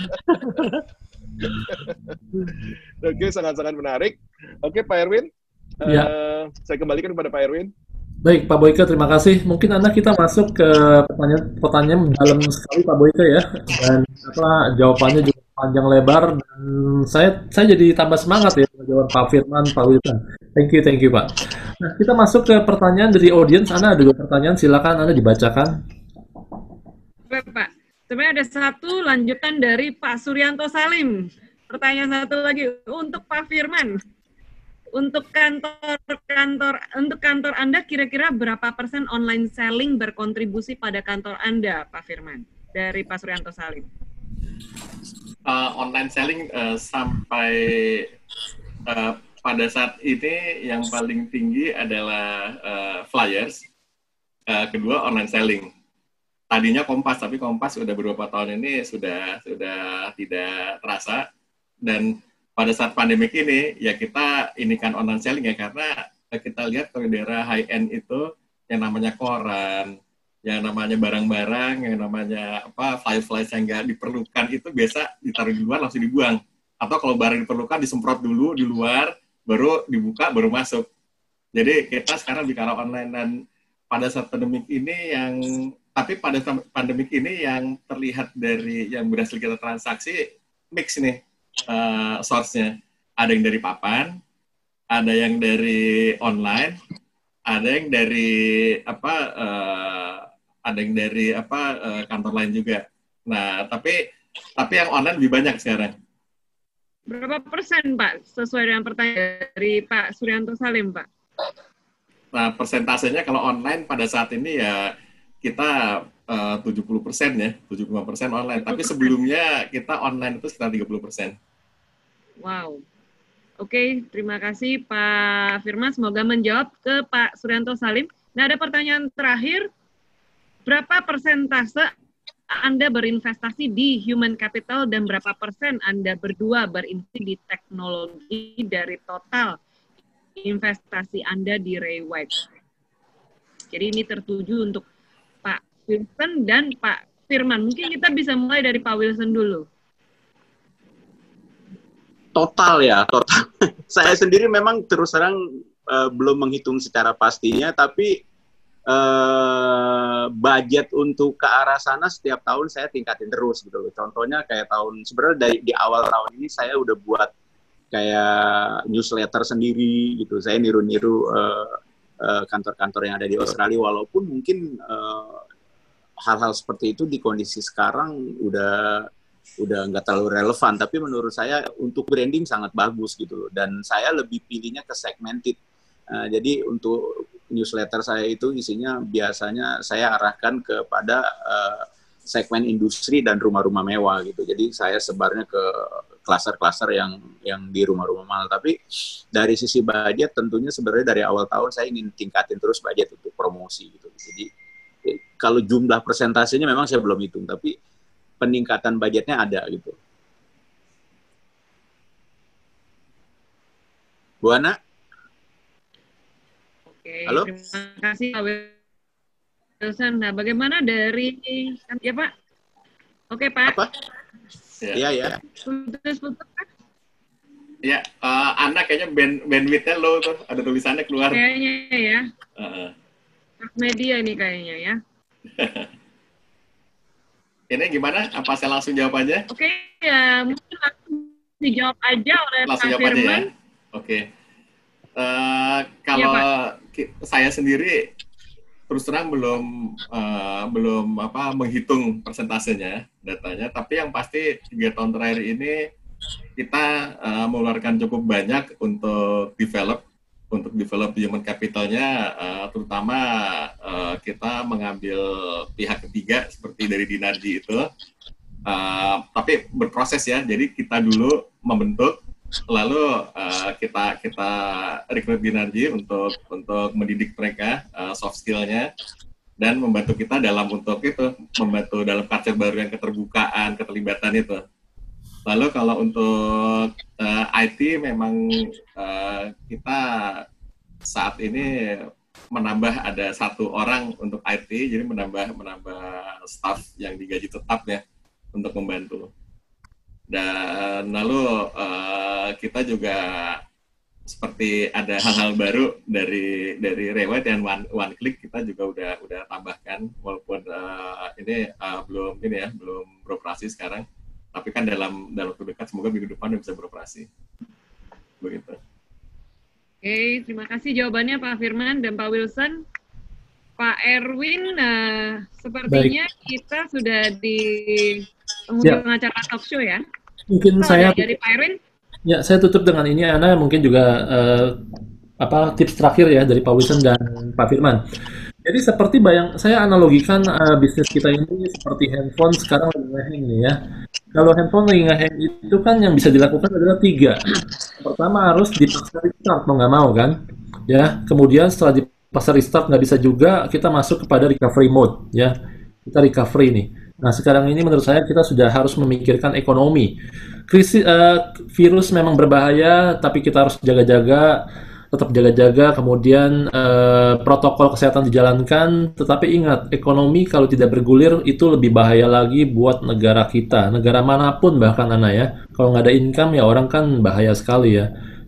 Oke, sangat-sangat menarik. Oke Pak Erwin. Ya. Uh, saya kembalikan kepada Pak Erwin. Baik, Pak Boyke, terima kasih. Mungkin Anda kita masuk ke pertanyaan-pertanyaan dalam sekali Pak Boyke ya, dan apa jawabannya juga panjang lebar, dan saya saya jadi tambah semangat ya menjawab Pak Firman, Pak Wilson. Thank you, thank you Pak. Nah, kita masuk ke pertanyaan dari audiens. Anda ada dua pertanyaan, silakan Anda dibacakan. Baik Pak, sebenarnya ada satu lanjutan dari Pak Suryanto Salim. Pertanyaan satu lagi untuk Pak Firman. Untuk kantor-kantor untuk kantor Anda kira-kira berapa persen online selling berkontribusi pada kantor Anda, Pak Firman? Dari Pak Suryanto Salim. Uh, online selling uh, sampai uh, pada saat ini yang paling tinggi adalah uh, flyers, uh, kedua online selling. Tadinya Kompas, tapi Kompas sudah beberapa tahun ini sudah sudah tidak terasa, dan pada saat pandemik ini, ya kita ini kan online selling ya, karena kita lihat kalau di daerah high end itu yang namanya koran, yang namanya barang-barang, yang namanya apa flyer-flyer yang nggak diperlukan itu biasa ditaruh di luar langsung dibuang. Atau kalau barang diperlukan disemprot dulu di luar, baru dibuka, baru masuk. Jadi kita sekarang bicara online, dan pada saat pandemik ini yang, tapi pada saat pandemik ini yang terlihat dari yang berhasil kita transaksi, mix nih. Uh, source-nya. Ada yang dari papan, ada yang dari online, ada yang dari apa uh, ada yang dari apa uh, kantor lain juga. Nah, tapi tapi yang online lebih banyak sekarang. Berapa persen, Pak, sesuai dengan pertanyaan dari Pak Suryanto Salim, Pak? Nah, persentasenya kalau online pada saat ini ya kita uh, tujuh puluh persen ya, tujuh puluh lima persen online. Tapi sebelumnya kita online itu sekitar tiga puluh persen. Wow. Oke, terima kasih Pak Firman. Semoga menjawab ke Pak Suryanto Salim. Nah, ada pertanyaan terakhir. Berapa persentase Anda berinvestasi di human capital dan berapa persen Anda berdua berinvestasi di teknologi dari total investasi Anda di Rewight? Jadi ini tertuju untuk Pak Wilson dan Pak Firman. Mungkin kita bisa mulai dari Pak Wilson dulu. Total ya, total. Saya sendiri memang terus terang uh, belum menghitung secara pastinya, tapi uh, budget untuk ke arah sana setiap tahun saya tingkatin terus gitu loh. Contohnya kayak tahun, sebenarnya dari di awal tahun ini saya udah buat kayak newsletter sendiri gitu. Saya niru-niru uh, uh, kantor-kantor yang ada di Australia, walaupun mungkin uh, hal-hal seperti itu di kondisi sekarang udah udah nggak terlalu relevan, tapi menurut saya untuk branding sangat bagus gitu loh. Dan saya lebih pilihnya ke segmented. Uh, jadi untuk newsletter saya itu isinya biasanya saya arahkan kepada uh, segmen industri dan rumah-rumah mewah gitu. Jadi saya sebarnya ke klaster-klaster yang yang di rumah-rumah mahal. Tapi dari sisi budget tentunya sebenarnya dari awal tahun saya ingin tingkatin terus budget untuk promosi gitu. Jadi eh, kalau jumlah persentasenya memang saya belum hitung, tapi peningkatan budgetnya ada gitu. Bu Ana? Oke, halo? Terima kasih Pak Wilson. Nah, bagaimana dari... Ya Pak? Oke Pak. Apa? Iya, ya. Putus-putus Pak? Ya, uh, Ana kayaknya band, bandwidth-nya low tuh, ada tulisannya keluar. Kayaknya ya. Uh-uh. Media ini kayaknya ya. Ini gimana? Apa saya langsung jawab aja? Oke, ya mungkin langsung dijawab aja oleh langsung Pak jawab Firman. aja ya? Oke. Uh, kalau ya, saya sendiri terus terang belum uh, belum apa menghitung persentasenya, datanya, tapi yang pasti tiga tahun terakhir ini kita uh, mengeluarkan cukup banyak untuk develop untuk develop human capitalnya, uh, terutama uh, kita mengambil pihak ketiga seperti dari Dinarji itu, uh, tapi berproses ya. Jadi kita dulu membentuk, lalu uh, kita kita rekrut Dinarji untuk untuk mendidik mereka uh, soft skill-nya dan membantu kita dalam untuk itu membantu dalam culture baru yang keterbukaan, keterlibatan itu. Lalu kalau untuk uh, I T memang uh, kita saat ini menambah ada satu orang untuk I T, jadi menambah menambah staff yang digaji tetap ya untuk membantu. Dan lalu uh, kita juga seperti ada hal-hal baru dari dari Rewight dan One, One Click kita juga udah udah tambahkan, walaupun uh, ini uh, belum ini ya belum beroperasi sekarang. Tapi kan dalam dalam waktu dekat semoga minggu depan bisa beroperasi. Begitu. Oke, terima kasih jawabannya Pak Firman dan Pak Wilson. Pak Erwin, nah, sepertinya Baik. kita sudah di penghujung acara talk show ya. Mungkin so, saya dari Pak Erwin. Ya, saya tutup dengan ini, Ana, mungkin juga uh, apa tips terakhir ya dari Pak Wilson dan Pak Firman. Jadi seperti bayang, saya analogikan uh, bisnis kita ini seperti handphone sekarang lagi nge-hang nih ya. Kalau handphone lagi nge-hang itu kan yang bisa dilakukan adalah tiga. Pertama harus dipaksa restart, mau nggak mau kan. Ya, kemudian setelah dipaksa restart nggak bisa juga, kita masuk kepada recovery mode ya. Kita recovery nih. Nah sekarang ini menurut saya kita sudah harus memikirkan ekonomi. Krisis uh, virus memang berbahaya, tapi kita harus jaga-jaga. Tetap jaga-jaga, kemudian eh, protokol kesehatan dijalankan, tetapi ingat, ekonomi kalau tidak bergulir itu lebih bahaya lagi buat negara kita, negara manapun bahkan Ana ya. Kalau nggak ada income ya orang kan bahaya sekali ya.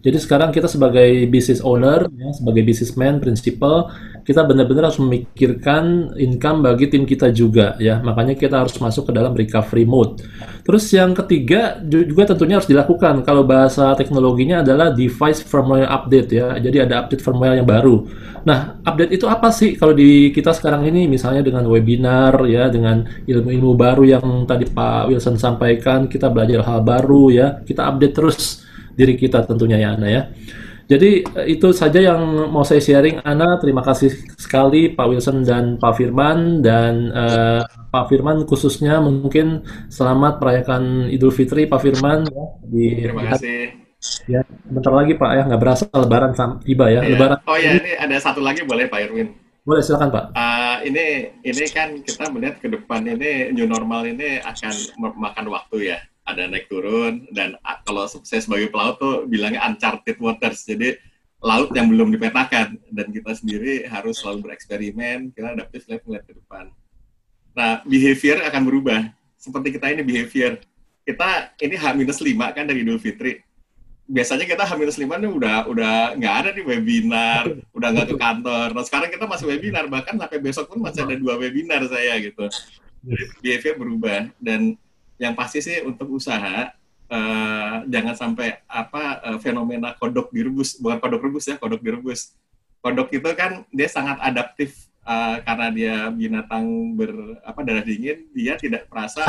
Jadi sekarang kita sebagai business owner, ya, sebagai businessman, principal, kita benar-benar harus memikirkan income bagi tim kita juga, ya. Makanya kita harus masuk ke dalam recovery mode. Terus yang ketiga juga tentunya harus dilakukan. Kalau bahasa teknologinya adalah device firmware update, ya. Jadi ada update firmware yang baru. Nah, update itu apa sih kalau di kita sekarang ini? Misalnya dengan webinar, ya, dengan ilmu-ilmu baru yang tadi Pak Wilson sampaikan, kita belajar hal baru, ya. Kita update terus diri kita tentunya, ya Ana, ya. Jadi itu saja yang mau saya sharing, Ana. Terima kasih sekali Pak Wilson dan Pak Firman, dan uh, Pak Firman khususnya mungkin selamat merayakan Idul Fitri Pak Firman, ya. Di, Terima kasih. Ya, bentar lagi Pak, ya, nggak berasa Lebaran tiba, ya. Iya. Lebaran. Oh ya, ini ada satu lagi boleh Pak Erwin? Boleh, silakan Pak. Uh, ini ini kan kita melihat ke depan ini new normal ini akan memakan waktu, ya. Ada naik turun, dan uh, kalau saya sebagai pelaut tuh bilangnya uncharted waters, jadi laut yang belum dipetakan, dan kita sendiri harus selalu bereksperimen, kita adaptif melihat ke depan. Nah, behavior akan berubah, seperti kita ini behavior, kita ini H minus lima kan dari Idul Fitri, biasanya kita H minus lima nih udah udah nggak ada nih webinar, udah nggak ke kantor, nah sekarang kita masih webinar, bahkan sampai besok pun masih ada dua webinar saya gitu, jadi behavior berubah, dan yang pasti sih untuk usaha uh, jangan sampai apa uh, fenomena kodok direbus, bukan kodok rebus ya, kodok direbus. Kodok itu kan dia sangat adaptif uh, karena dia binatang ber apa darah dingin, dia tidak perasa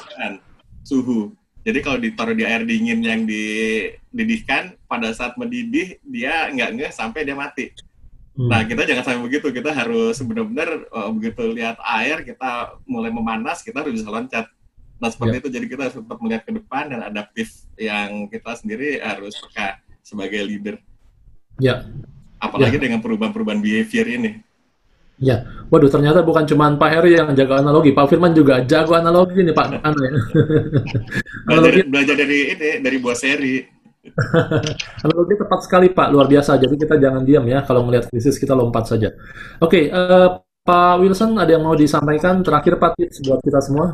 suhu. Jadi kalau ditaruh di air dingin yang dididihkan, pada saat mendidih dia nggak ngeh sampai dia mati. Hmm. Nah, kita jangan sampai begitu, kita harus benar-benar uh, begitu lihat air kita mulai memanas, kita harus bisa loncat. Nah, seperti ya. Itu, jadi kita harus tetap melihat ke depan dan adaptif, yang kita sendiri harus peka sebagai leader. Ya. Apalagi ya. dengan perubahan-perubahan behavior ini. Ya, waduh, ternyata bukan cuma Pak Heri yang jago analogi, Pak Firman juga jago analogi nih Pak. Anu ya. Belajar, belajar dari ini, dari bos seri. Analogi tepat sekali Pak, luar biasa. Jadi kita jangan diam ya, kalau melihat krisis kita lompat saja. Oke, uh, Pak Wilson ada yang mau disampaikan terakhir Pak, tips buat kita semua?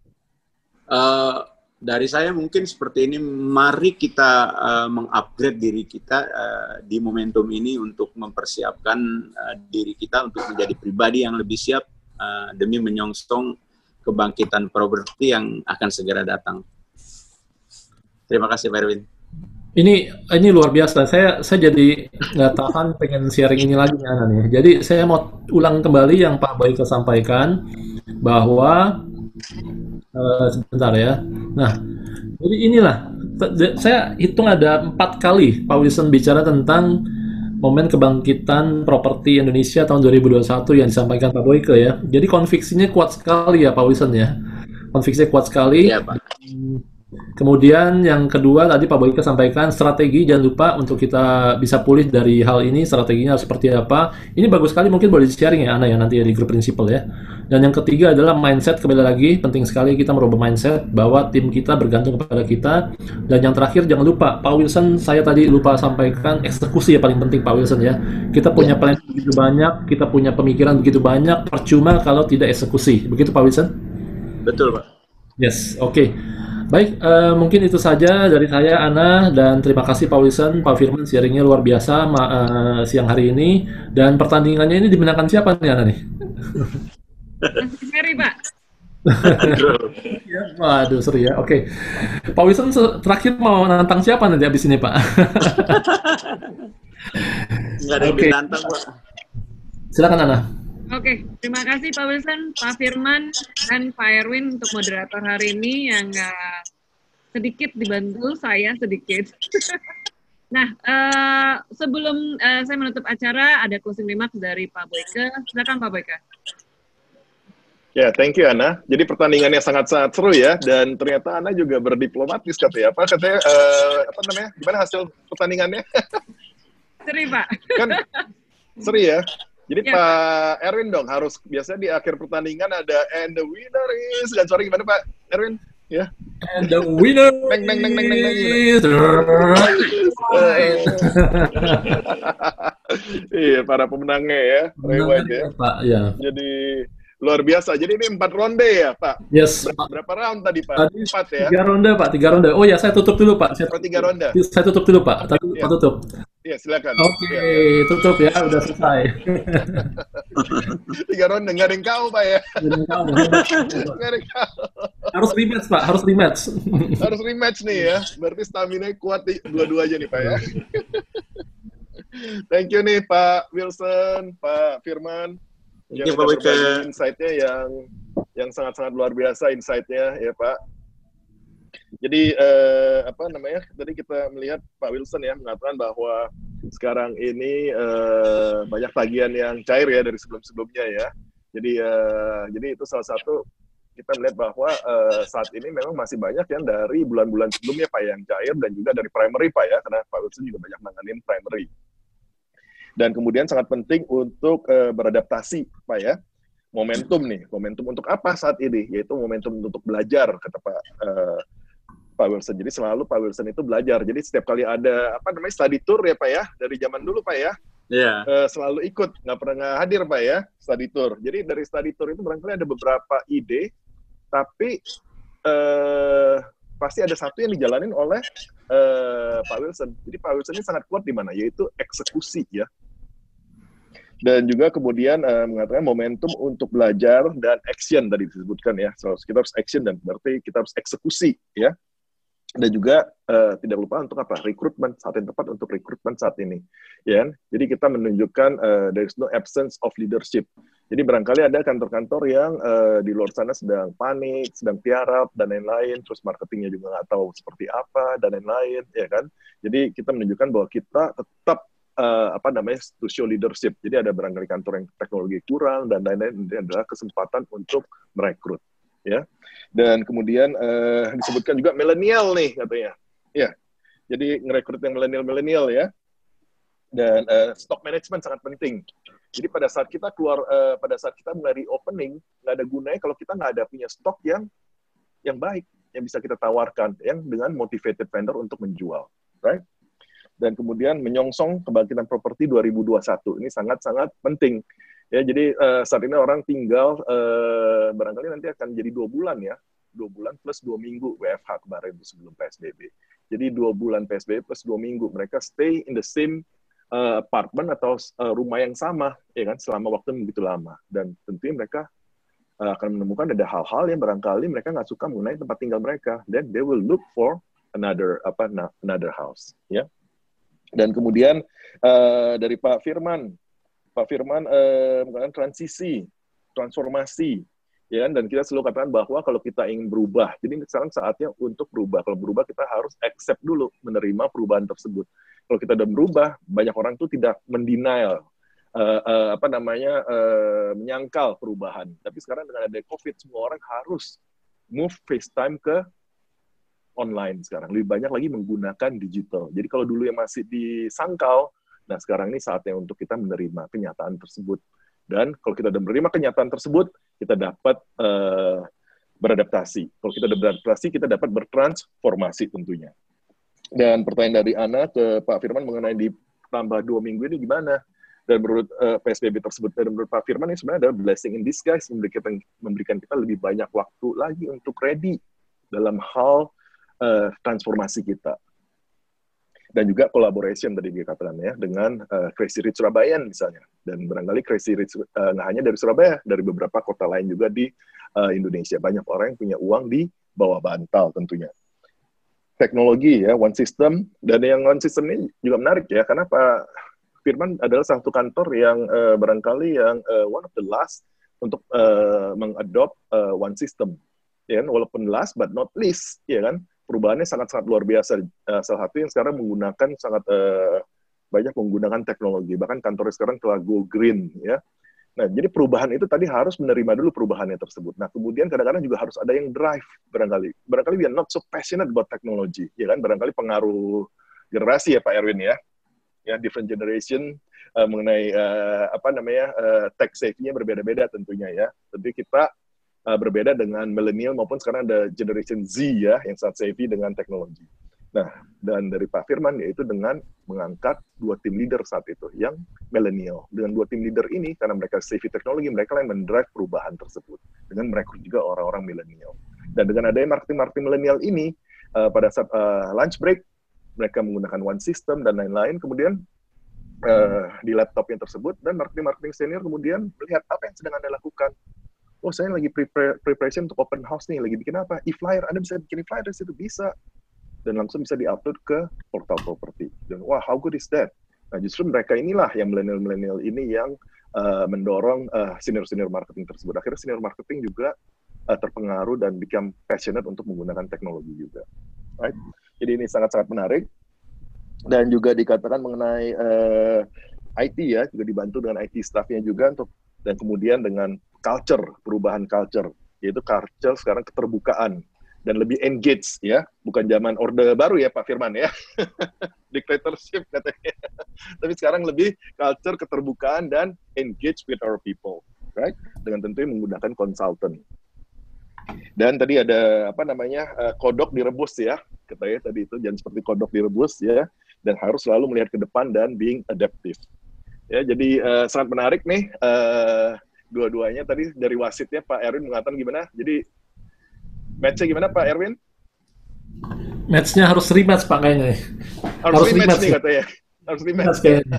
Uh, dari saya mungkin seperti ini, mari kita uh, mengupgrade diri kita uh, di momentum ini untuk mempersiapkan uh, diri kita untuk menjadi pribadi yang lebih siap uh, demi menyongsong kebangkitan properti yang akan segera datang. Terima kasih Pak Erwin. Ini ini luar biasa. Saya saya jadi nggak tahan pengen sharing ini lagi nih Ana nih. Jadi saya mau ulang kembali yang Pak Boyke sampaikan bahwa Uh, sebentar ya. Nah, jadi inilah saya hitung ada empat kali Pak Wilson bicara tentang momen kebangkitan properti Indonesia tahun dua ribu dua puluh satu yang disampaikan Pak Boyke ya. Jadi konviksinya kuat sekali ya Pak Wilson ya. Konviksinya kuat sekali. Ya, Pak. Kemudian yang kedua tadi Pak Boyke sampaikan strategi, jangan lupa untuk kita bisa pulih dari hal ini, strateginya seperti apa. Ini bagus sekali, mungkin boleh di-sharing ya Ana ya nanti ya di grup prinsipal ya. Dan yang ketiga adalah mindset, kembali lagi penting sekali kita merubah mindset bahwa tim kita bergantung kepada kita. Dan yang terakhir jangan lupa Pak Wilson, saya tadi lupa sampaikan eksekusi ya paling penting Pak Wilson ya. Kita punya plan begitu banyak, kita punya pemikiran begitu banyak, percuma kalau tidak eksekusi. Begitu Pak Wilson? Betul Pak. Yes, oke. Okay. Baik, uh, mungkin itu saja dari saya, Ana, dan terima kasih Pak Wilson, Pak Firman, sharingnya luar biasa uh, siang hari ini. Dan pertandingannya ini dimenangkan siapa nih, Ana nih? Mary, Pak. Ya, waduh, seru ya. Oke, okay. Pak Wilson terakhir mau nantang siapa nanti abis ini, Pak? Nggak ada yang okay. ditantang, Pak. Silakan, Ana. Oke, okay, terima kasih Pak Wilson, Pak Firman, dan Pak Erwin untuk moderator hari ini yang uh, sedikit dibantu saya sedikit. Nah, uh, sebelum uh, saya menutup acara, ada closing remarks dari Pak Boyke. Silakan Pak Boyke. Ya, yeah, thank you Ana. Jadi pertandingannya sangat-sangat seru ya, dan ternyata Ana juga berdiplomatis katanya. Apa katanya? Uh, apa namanya? Gimana hasil pertandingannya? Seri Pak. Kan seri ya. Jadi ya, Pak Erwin dong harus biasanya di akhir pertandingan ada and the winner is, dan suara gimana Pak Erwin? Ya. And the winner neng neng neng neng neng is. Iya, para pemenangnya ya, reward ya. Pak, ya. Jadi Luar biasa. Jadi ini empat ronde ya, Pak? Yes, Ber Pak. berapa round tadi, Pak? Tadi Empat ya? tiga ronde, Pak. Tiga ronde. Oh ya, saya tutup dulu, Pak. Saya, Oh, tiga ronde. saya tutup dulu, Pak. Tadi Ya, Pak tutup. ya silakan. Oke, Ya, ya. tutup ya. Udah selesai. Tiga ronde, nggak ada yang kau, Pak ya? Jadi kamu hebat. Nggak ada yang kau. Harus rematch, Pak. Harus rematch. Harus rematch nih ya. Berarti stamina kuat nih, dua-dua aja nih, Pak ya. Thank you nih, Pak Wilson, Pak Firman. Thank Yang you, Pak udah Wike. berbagi insight-nya yang yang sangat-sangat luar biasa insight-nya ya, Pak. Jadi eh, apa namanya? Tadi kita melihat Pak Wilson ya mengatakan bahwa sekarang ini eh, banyak tagihan yang cair ya dari sebelum-sebelumnya ya. Jadi eh, jadi itu salah satu kita melihat bahwa eh, saat ini memang masih banyak yang dari bulan-bulan sebelumnya Pak yang cair dan juga dari primary Pak ya, karena Pak Wilson juga banyak nanganin primary. Dan kemudian sangat penting untuk uh, beradaptasi, Pak ya. Momentum nih, momentum untuk apa saat ini? Yaitu momentum untuk belajar, kata Pak uh, Pak Wilson. Jadi selalu Pak Wilson itu belajar. Jadi setiap kali ada apa namanya study tour ya Pak ya, dari zaman dulu Pak ya, Yeah. uh, selalu ikut, nggak pernah nggak hadir Pak ya, study tour. Jadi dari study tour itu barangkali ada beberapa ide, tapi uh, pasti ada satu yang dijalanin oleh uh, Pak Wilson. Jadi Pak Wilson ini sangat kuat di mana? Yaitu eksekusi ya. Dan juga kemudian uh, mengatakan momentum untuk belajar dan action tadi disebutkan ya. So, kita harus action dan berarti kita harus eksekusi ya. Dan juga uh, tidak lupa untuk apa? Rekrutmen, saat yang tepat untuk rekrutmen saat ini. Ya. Jadi kita menunjukkan uh, there is no absence of leadership. Jadi barangkali ada kantor-kantor yang uh, di luar sana sedang panik, sedang tiarap dan lain-lain, terus marketingnya juga nggak tahu seperti apa dan lain-lain, ya kan? Jadi kita menunjukkan bahwa kita tetap Uh, apa namanya to show leadership. Jadi ada barangkali kantor yang teknologi kurang dan lain-lain. Ini adalah kesempatan untuk merekrut, ya. Dan kemudian uh, disebutkan juga milenial nih katanya, ya. Jadi ngerekrut yang milenial-milenial ya. Dan uh, stock management sangat penting. Jadi pada saat kita keluar, uh, pada saat kita mulai opening, nggak ada gunanya kalau kita nggak ada punya stok yang yang baik yang bisa kita tawarkan, yang dengan motivated vendor untuk menjual, right? Dan kemudian menyongsong kebangkitan properti dua ribu dua puluh satu. Ini sangat-sangat penting. Ya, jadi uh, saat ini orang tinggal uh, barangkali nanti akan jadi dua bulan ya, dua bulan plus dua minggu W F H kemarin sebelum P S B B. Jadi dua bulan P S B B plus dua minggu mereka stay in the same uh, apartment atau uh, rumah yang sama, ya kan, selama waktu begitu lama. Dan tentunya mereka uh, akan menemukan ada hal-hal yang barangkali mereka nggak suka mengenai tempat tinggal mereka. Then they will look for another apa another house, ya. Dan kemudian uh, dari Pak Firman, Pak Firman uh, mengatakan transisi, transformasi, ya kan? Dan kita selalu katakan bahwa kalau kita ingin berubah, jadi sekarang saatnya untuk berubah. Kalau berubah kita harus accept dulu, menerima perubahan tersebut. Kalau kita udah berubah, banyak orang tuh tidak mendenial, uh, uh, apa namanya, uh, menyangkal perubahan. Tapi sekarang dengan ada COVID, semua orang harus move FaceTime ke online sekarang. Lebih banyak lagi menggunakan digital. Jadi kalau dulu yang masih disangkal, nah sekarang ini saatnya untuk kita menerima kenyataan tersebut. Dan kalau kita udah menerima kenyataan tersebut, kita dapat uh, beradaptasi. Kalau kita udah beradaptasi, kita dapat bertransformasi tentunya. Dan pertanyaan dari Ana ke Pak Firman mengenai ditambah dua minggu ini gimana? Dan menurut uh, P S B B tersebut, dan menurut Pak Firman ini sebenarnya adalah blessing in disguise, memberikan, memberikan kita lebih banyak waktu lagi untuk ready dalam hal Uh, transformasi kita. Dan juga collaboration tadi dikatakan ya, dengan uh, Crazy Rich Surabaya misalnya. Dan barangkali Crazy Rich uh, nggak hanya dari Surabaya, dari beberapa kota lain juga di uh, Indonesia. Banyak orang yang punya uang di bawah bantal tentunya. Teknologi ya, One System. Dan yang One System ini juga menarik ya, karena Pak Firman adalah satu kantor yang uh, barangkali yang uh, one of the last untuk uh, mengadopt uh, One System. Ya kan? Walaupun last but not least, ya kan? Perubahannya sangat-sangat luar biasa. Uh, salah satu yang sekarang menggunakan sangat uh, banyak menggunakan teknologi. Bahkan kantornya sekarang telah go green, ya. Nah, jadi perubahan itu tadi harus menerima dulu perubahannya tersebut. Nah, kemudian kadang-kadang juga harus ada yang drive barangkali. Barangkali we are not so passionate about technology, ya kan? Barangkali pengaruh generasi ya Pak Erwin ya. Ya, different generation uh, mengenai uh, apa namanya uh, tech savvy-nya berbeda-beda tentunya ya. Tentu kita Uh, berbeda dengan millennial maupun sekarang ada generation Z ya yang sangat savvy dengan teknologi. Nah, dan dari Pak Firman yaitu dengan mengangkat dua tim leader saat itu yang milenial. Dengan dua tim leader ini, karena mereka savvy teknologi, mereka yang mendrive perubahan tersebut. Dengan merekrut juga orang-orang milenial. Dan dengan adanya marketing-marketing milenial ini, uh, pada saat uh, lunch break, mereka menggunakan one system dan lain-lain, kemudian uh, di laptopnya tersebut, dan marketing-marketing senior kemudian melihat apa yang sedang Anda lakukan. Oh, saya lagi prepare, preparation untuk open house nih, lagi bikin apa? E-flyer, Anda bisa bikin e-flyer dari situ, bisa. Dan langsung bisa di-upload ke portal properti. Dan wah, how good is that? Nah, justru mereka inilah yang milenial-milenial ini yang uh, mendorong uh, senior-senior marketing tersebut. Akhirnya senior marketing juga uh, terpengaruh dan become passionate untuk menggunakan teknologi juga. Right? Jadi ini sangat-sangat menarik. Dan juga dikatakan mengenai uh, I T ya, juga dibantu dengan I T staff-nya juga untuk, dan kemudian dengan culture, perubahan culture, yaitu culture sekarang keterbukaan dan lebih engage ya, bukan zaman Orde Baru ya Pak Firman ya, dictatorship katanya, tapi sekarang lebih culture keterbukaan dan engage with our people, right? Dengan tentunya menggunakan consultant. Dan tadi ada apa namanya uh, kodok direbus ya, katanya tadi itu jangan seperti kodok direbus ya, dan harus selalu melihat ke depan dan being adaptive. Ya, jadi uh, sangat menarik nih uh, dua-duanya tadi dari wasitnya Pak Erwin mengatakan gimana? Jadi match-nya gimana Pak Erwin? Match-nya harus rematch Pak kayaknya. Harus, harus rematch, rematch nih katanya. Harus rematch kayaknya.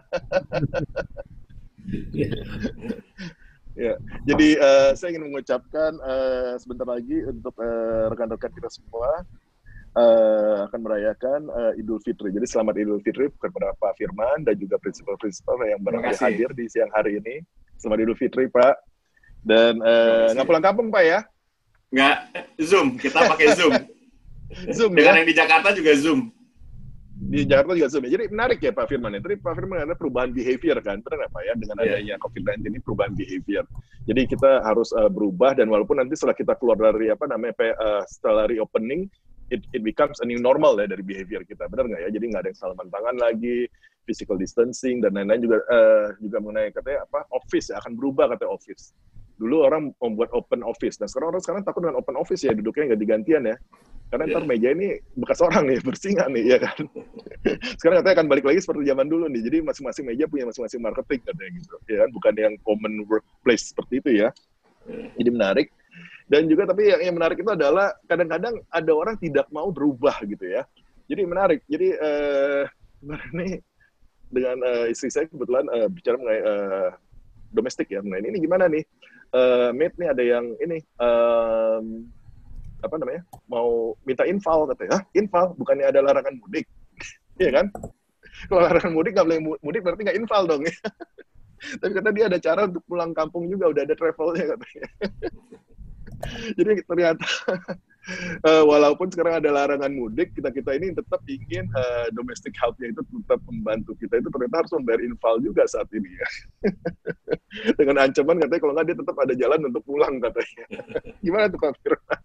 Ya, jadi uh, saya ingin mengucapkan uh, sebentar lagi untuk uh, rekan-rekan kita semua uh, akan merayakan uh, Idul Fitri. Jadi selamat Idul Fitri kepada Pak Firman dan juga prinsipal-prinsipal yang barangkali hadir di siang hari ini. Selamat Idul Fitri Pak. Dan uh, nggak pulang kampung Pak ya? Nggak, Zoom. Kita pakai Zoom. Zoom Dengan ya? yang di Jakarta juga Zoom. Di Jakarta juga Zoom ya. Jadi menarik ya Pak Firman ya. Tadi Pak Firman ada perubahan behavior kan. Benar nggak Pak ya? Dengan adanya yeah. covid sembilan belas ini perubahan behavior. Jadi kita harus uh, berubah dan walaupun nanti setelah kita keluar dari apa namanya uh, setelah reopening, it, it becomes a new normal ya dari behavior kita. Benar nggak ya? Jadi nggak ada yang salaman tangan lagi, physical distancing dan lain-lain juga uh, juga mengenai katanya apa office ya akan berubah katanya office. Dulu orang membuat open office. Nah sekarang orang sekarang takut dengan open office ya, duduknya nggak digantian ya. Karena yeah. ntar meja ini bekas orang nih, bersinga nih, ya kan. Sekarang katanya akan balik lagi seperti zaman dulu nih. Jadi masing-masing meja punya masing-masing marketing katanya gitu. Ya kan, bukan yang common workplace seperti itu ya. Jadi menarik. Dan juga tapi yang, yang menarik itu adalah kadang-kadang ada orang tidak mau berubah gitu ya. Jadi menarik. Jadi eh, ini dengan uh, istri saya kebetulan uh, bicara mengenai uh, domestik ya, mengenai ini gimana nih? Uh, mate nih ada yang ini um, apa namanya mau minta infal katanya, ah infal bukannya ada larangan mudik, iya kan? Kalau larangan mudik nggak boleh mudik berarti nggak infal dong ya. Tapi kata dia ada cara untuk pulang kampung juga, udah ada travelnya katanya. Jadi ternyata uh, walaupun sekarang ada larangan mudik, kita kita ini tetap ingin uh, domestic health-nya itu tetap membantu kita itu ternyata harus membayar infal juga saat ini ya. Dengan ancaman katanya kalau nggak dia tetap ada jalan untuk pulang katanya. Gimana tuh Kak Firman?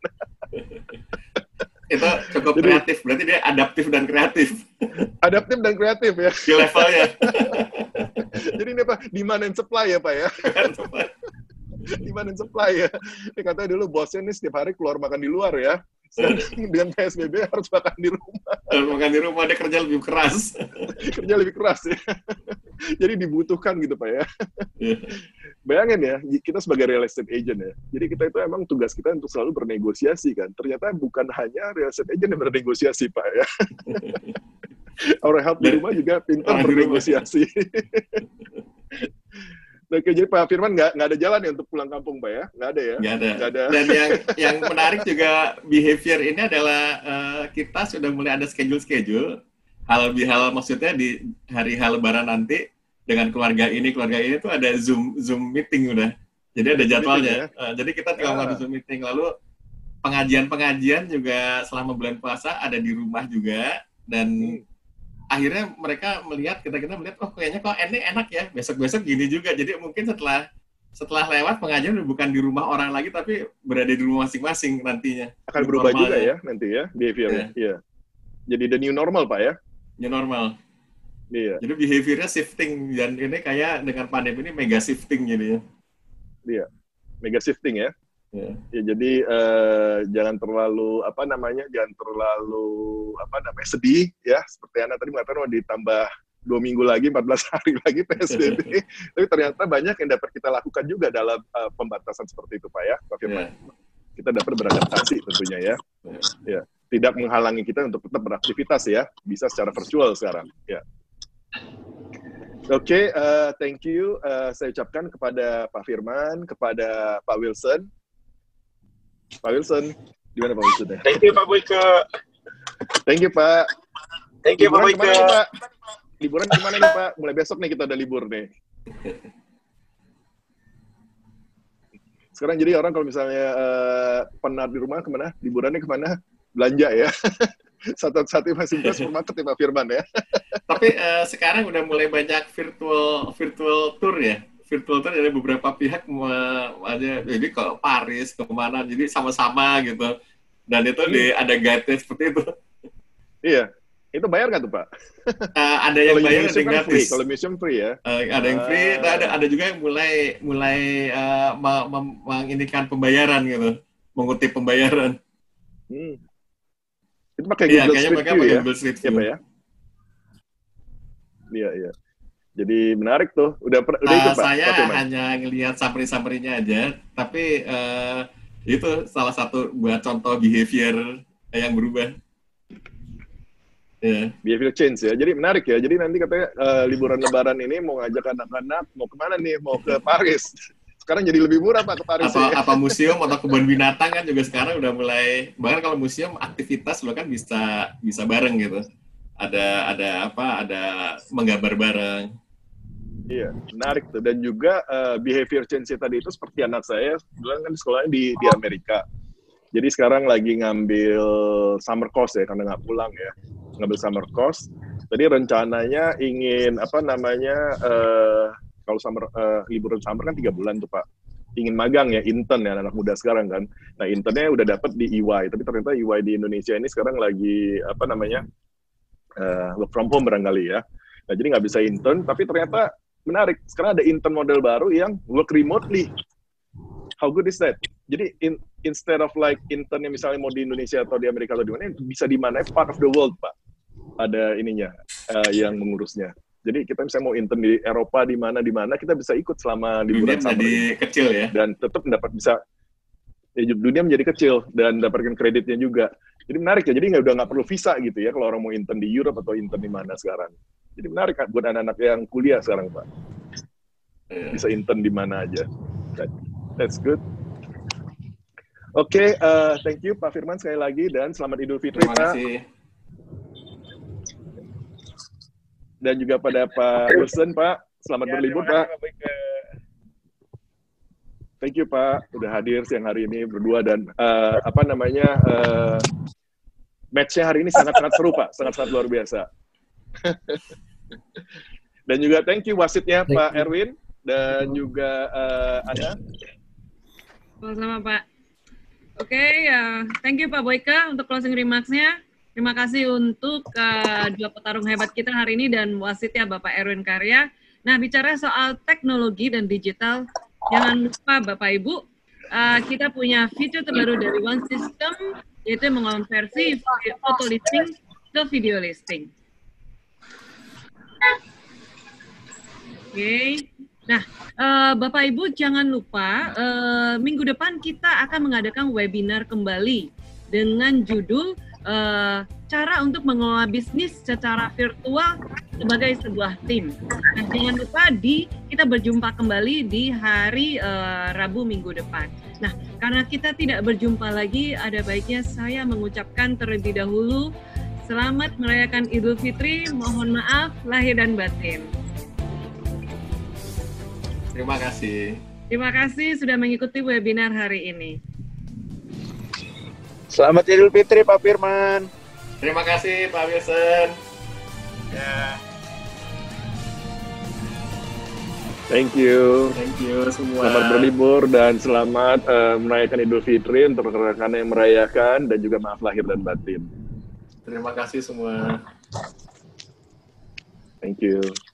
Itu cukup jadi, kreatif, berarti dia adaptif dan kreatif. Adaptif dan kreatif ya. Di levelnya. Jadi ini apa? Demand and supply ya Pak ya. Demand and supply ya. Dia katanya dulu bosnya nih setiap hari keluar makan di luar ya. Sekarang dengan P S B B harus makan di rumah. Harus makan di rumah, dia kerja lebih keras. Kerja lebih keras ya. Jadi dibutuhkan gitu Pak ya. Bayangin ya, kita sebagai real estate agent ya. Jadi kita itu emang tugas kita untuk selalu bernegosiasi kan. Ternyata bukan hanya real estate agent yang bernegosiasi Pak ya. Our help di rumah juga pintar bernegosiasi. Oke, jadi Pak Firman nggak nggak ada jalan ya untuk pulang kampung, Pak ya? Nggak ada ya? Nggak ada. Nggak ada. Dan yang yang menarik juga behavior ini adalah uh, kita sudah mulai ada schedule-schedule hal hal maksudnya di hari hal Lebaran nanti dengan keluarga ini keluarga ini tuh ada zoom zoom meeting udah. Jadi ada jadwalnya. Meeting, ya? uh, jadi kita tinggal ngadu ah. zoom meeting. Lalu pengajian-pengajian juga selama bulan puasa ada di rumah juga dan hmm. akhirnya mereka melihat, kita-kita melihat, oh kayaknya kok ini enak ya, besok-besok gini juga. Jadi mungkin setelah setelah lewat pengajian bukan di rumah orang lagi, tapi berada di rumah masing-masing nantinya. Akan berubah normalnya. Juga ya nanti ya, behavior-nya. Yeah. Yeah. Jadi the new normal, Pak ya? New normal. Iya. Yeah. Jadi behavior-nya shifting, dan ini kayak dengan pandemi ini mega shifting jadinya. Iya, yeah. Mega shifting ya. Ya, ya jadi uh, jangan terlalu apa namanya, jangan terlalu apa namanya sedih ya. Seperti Ana tadi mengatakan, oh, ditambah dua minggu lagi, empat belas hari lagi P S B B. Tapi ternyata banyak yang dapat kita lakukan juga dalam uh, pembatasan seperti itu, Pak ya, Pak Firman. Ya. Kita dapat beradaptasi tentunya ya. Ya. Ya. Tidak menghalangi kita untuk tetap beraktivitas ya. Bisa secara virtual sekarang. Ya. Oke, okay, uh, thank you. Uh, saya ucapkan kepada Pak Firman, kepada Pak Wilson. Pak Wilson, di mana Pak Wilson ya? Thank you Pak Boyke. Thank you Pak. Thank you Liburan Pak Boyke. Nih, Pak? Liburan kemana nih Pak? Mulai besok nih kita ada libur nih. Sekarang jadi orang kalau misalnya uh, penat di rumah kemana? Liburannya kemana? Belanja ya. Satu-satu masih buka supermarket ya Pak Firman ya. Tapi uh, sekarang udah mulai banyak virtual virtual tour ya. Virtual tour dari beberapa pihak aja, jadi ke Paris, ke mana, jadi sama-sama gitu. Dan itu hmm. di, ada guide-nya seperti itu. Iya. Itu bayar nggak tuh Pak? Uh, ada yang bayar, ada yang gratis. Kalau museum free ya. Uh, ada yang free, uh, ada ada juga yang mulai mulai uh, menginikan pembayaran gitu, mengutip pembayaran. Hmm. Itu pakai Google ya, Street View ya? Google Street View. Ya, Pak ya? Iya, iya. Jadi menarik tuh. Udah udah ikut uh, Pak? Saya Pak hanya ngelihat summary-summary-nya aja, tapi uh, itu salah satu buat contoh behavior yang berubah. Yeah. Behavior change ya. Jadi menarik ya. Jadi nanti katanya uh, liburan Lebaran ini mau ngajak anak-anak mau kemana nih? Mau ke Paris. Sekarang jadi lebih murah Pak ke Paris. Atau ya? apa museum atau kebun binatang kan juga sekarang udah mulai. Bahkan kalau museum aktivitas lo kan bisa bisa bareng gitu. Ada ada apa? Ada menggambar bareng. Iya, menarik tuh. Dan juga uh, behavior change tadi itu seperti anak saya, bilang kan sekolahnya di di Amerika. Jadi sekarang lagi ngambil summer course ya, karena nggak pulang ya. Ngambil summer course. Jadi rencananya ingin apa namanya uh, kalau summer uh, liburan summer kan tiga bulan tuh Pak. Ingin magang ya, intern ya anak muda sekarang kan. Nah internnya udah dapat di E Y. Tapi ternyata E Y di Indonesia ini sekarang lagi apa namanya uh, work from home barangkali ya. Nah jadi nggak bisa intern. Tapi ternyata menarik. Sekarang ada intern model baru yang work remotely. How good is that? Jadi in, instead of like intern yang misalnya mau di Indonesia atau di Amerika atau di mana, bisa di mana part of the world Pak. Ada ininya uh, yang mengurusnya. Jadi kita misalnya mau intern di Eropa di mana di mana kita bisa ikut selama liburan summer. Jadi kecil ya. Dan tetap mendapat bisa ya, dunia menjadi kecil dan dapatkan kreditnya juga. Jadi menarik ya. Jadi nggak udah nggak perlu visa gitu ya kalau orang mau intern di Europe atau intern di mana sekarang. Jadi menarik kan buat anak-anak yang kuliah sekarang Pak. Bisa intern di mana aja. That, that's good. Oke, okay, uh, thank you Pak Firman sekali lagi dan selamat Idul Fitri Terima Pak. kasih. Dan juga pada Pak Wilson Pak, selamat ya, berlibur Pak. Thank you Pak, udah hadir siang hari ini berdua dan uh, apa namanya uh, match-nya hari ini sangat-sangat seru Pak, sangat-sangat luar biasa. Dan juga thank you wasitnya thank Pak you. Erwin dan juga uh, Ana. Sama-sama Pak. Oke, okay, uh, thank you Pak Boyke untuk closing remarks-nya. Terima kasih untuk uh, dua petarung hebat kita hari ini dan wasitnya Bapak Erwin Karya. Nah, bicara soal teknologi dan digital, jangan lupa Bapak Ibu, uh, kita punya fitur terbaru dari One System, yaitu mengonversi foto listing ke video listing. Oke. Okay. Nah, uh, Bapak Ibu jangan lupa uh, minggu depan kita akan mengadakan webinar kembali dengan judul uh, cara untuk mengelola bisnis secara virtual sebagai sebuah tim. Nah, jangan lupa di kita berjumpa kembali di hari uh, Rabu minggu depan. Nah, karena kita tidak berjumpa lagi, ada baiknya saya mengucapkan terlebih dahulu selamat merayakan Idul Fitri. Mohon maaf lahir dan batin. Terima kasih. Terima kasih sudah mengikuti webinar hari ini. Selamat Idul Fitri Pak Firman. Terima kasih Pak Wilson. Ya. Thank you. Thank you semua. Selamat berlibur dan selamat uh, merayakan Idul Fitri untuk rekan-rekan yang merayakan dan juga maaf lahir dan batin. Terima kasih semua. Thank you.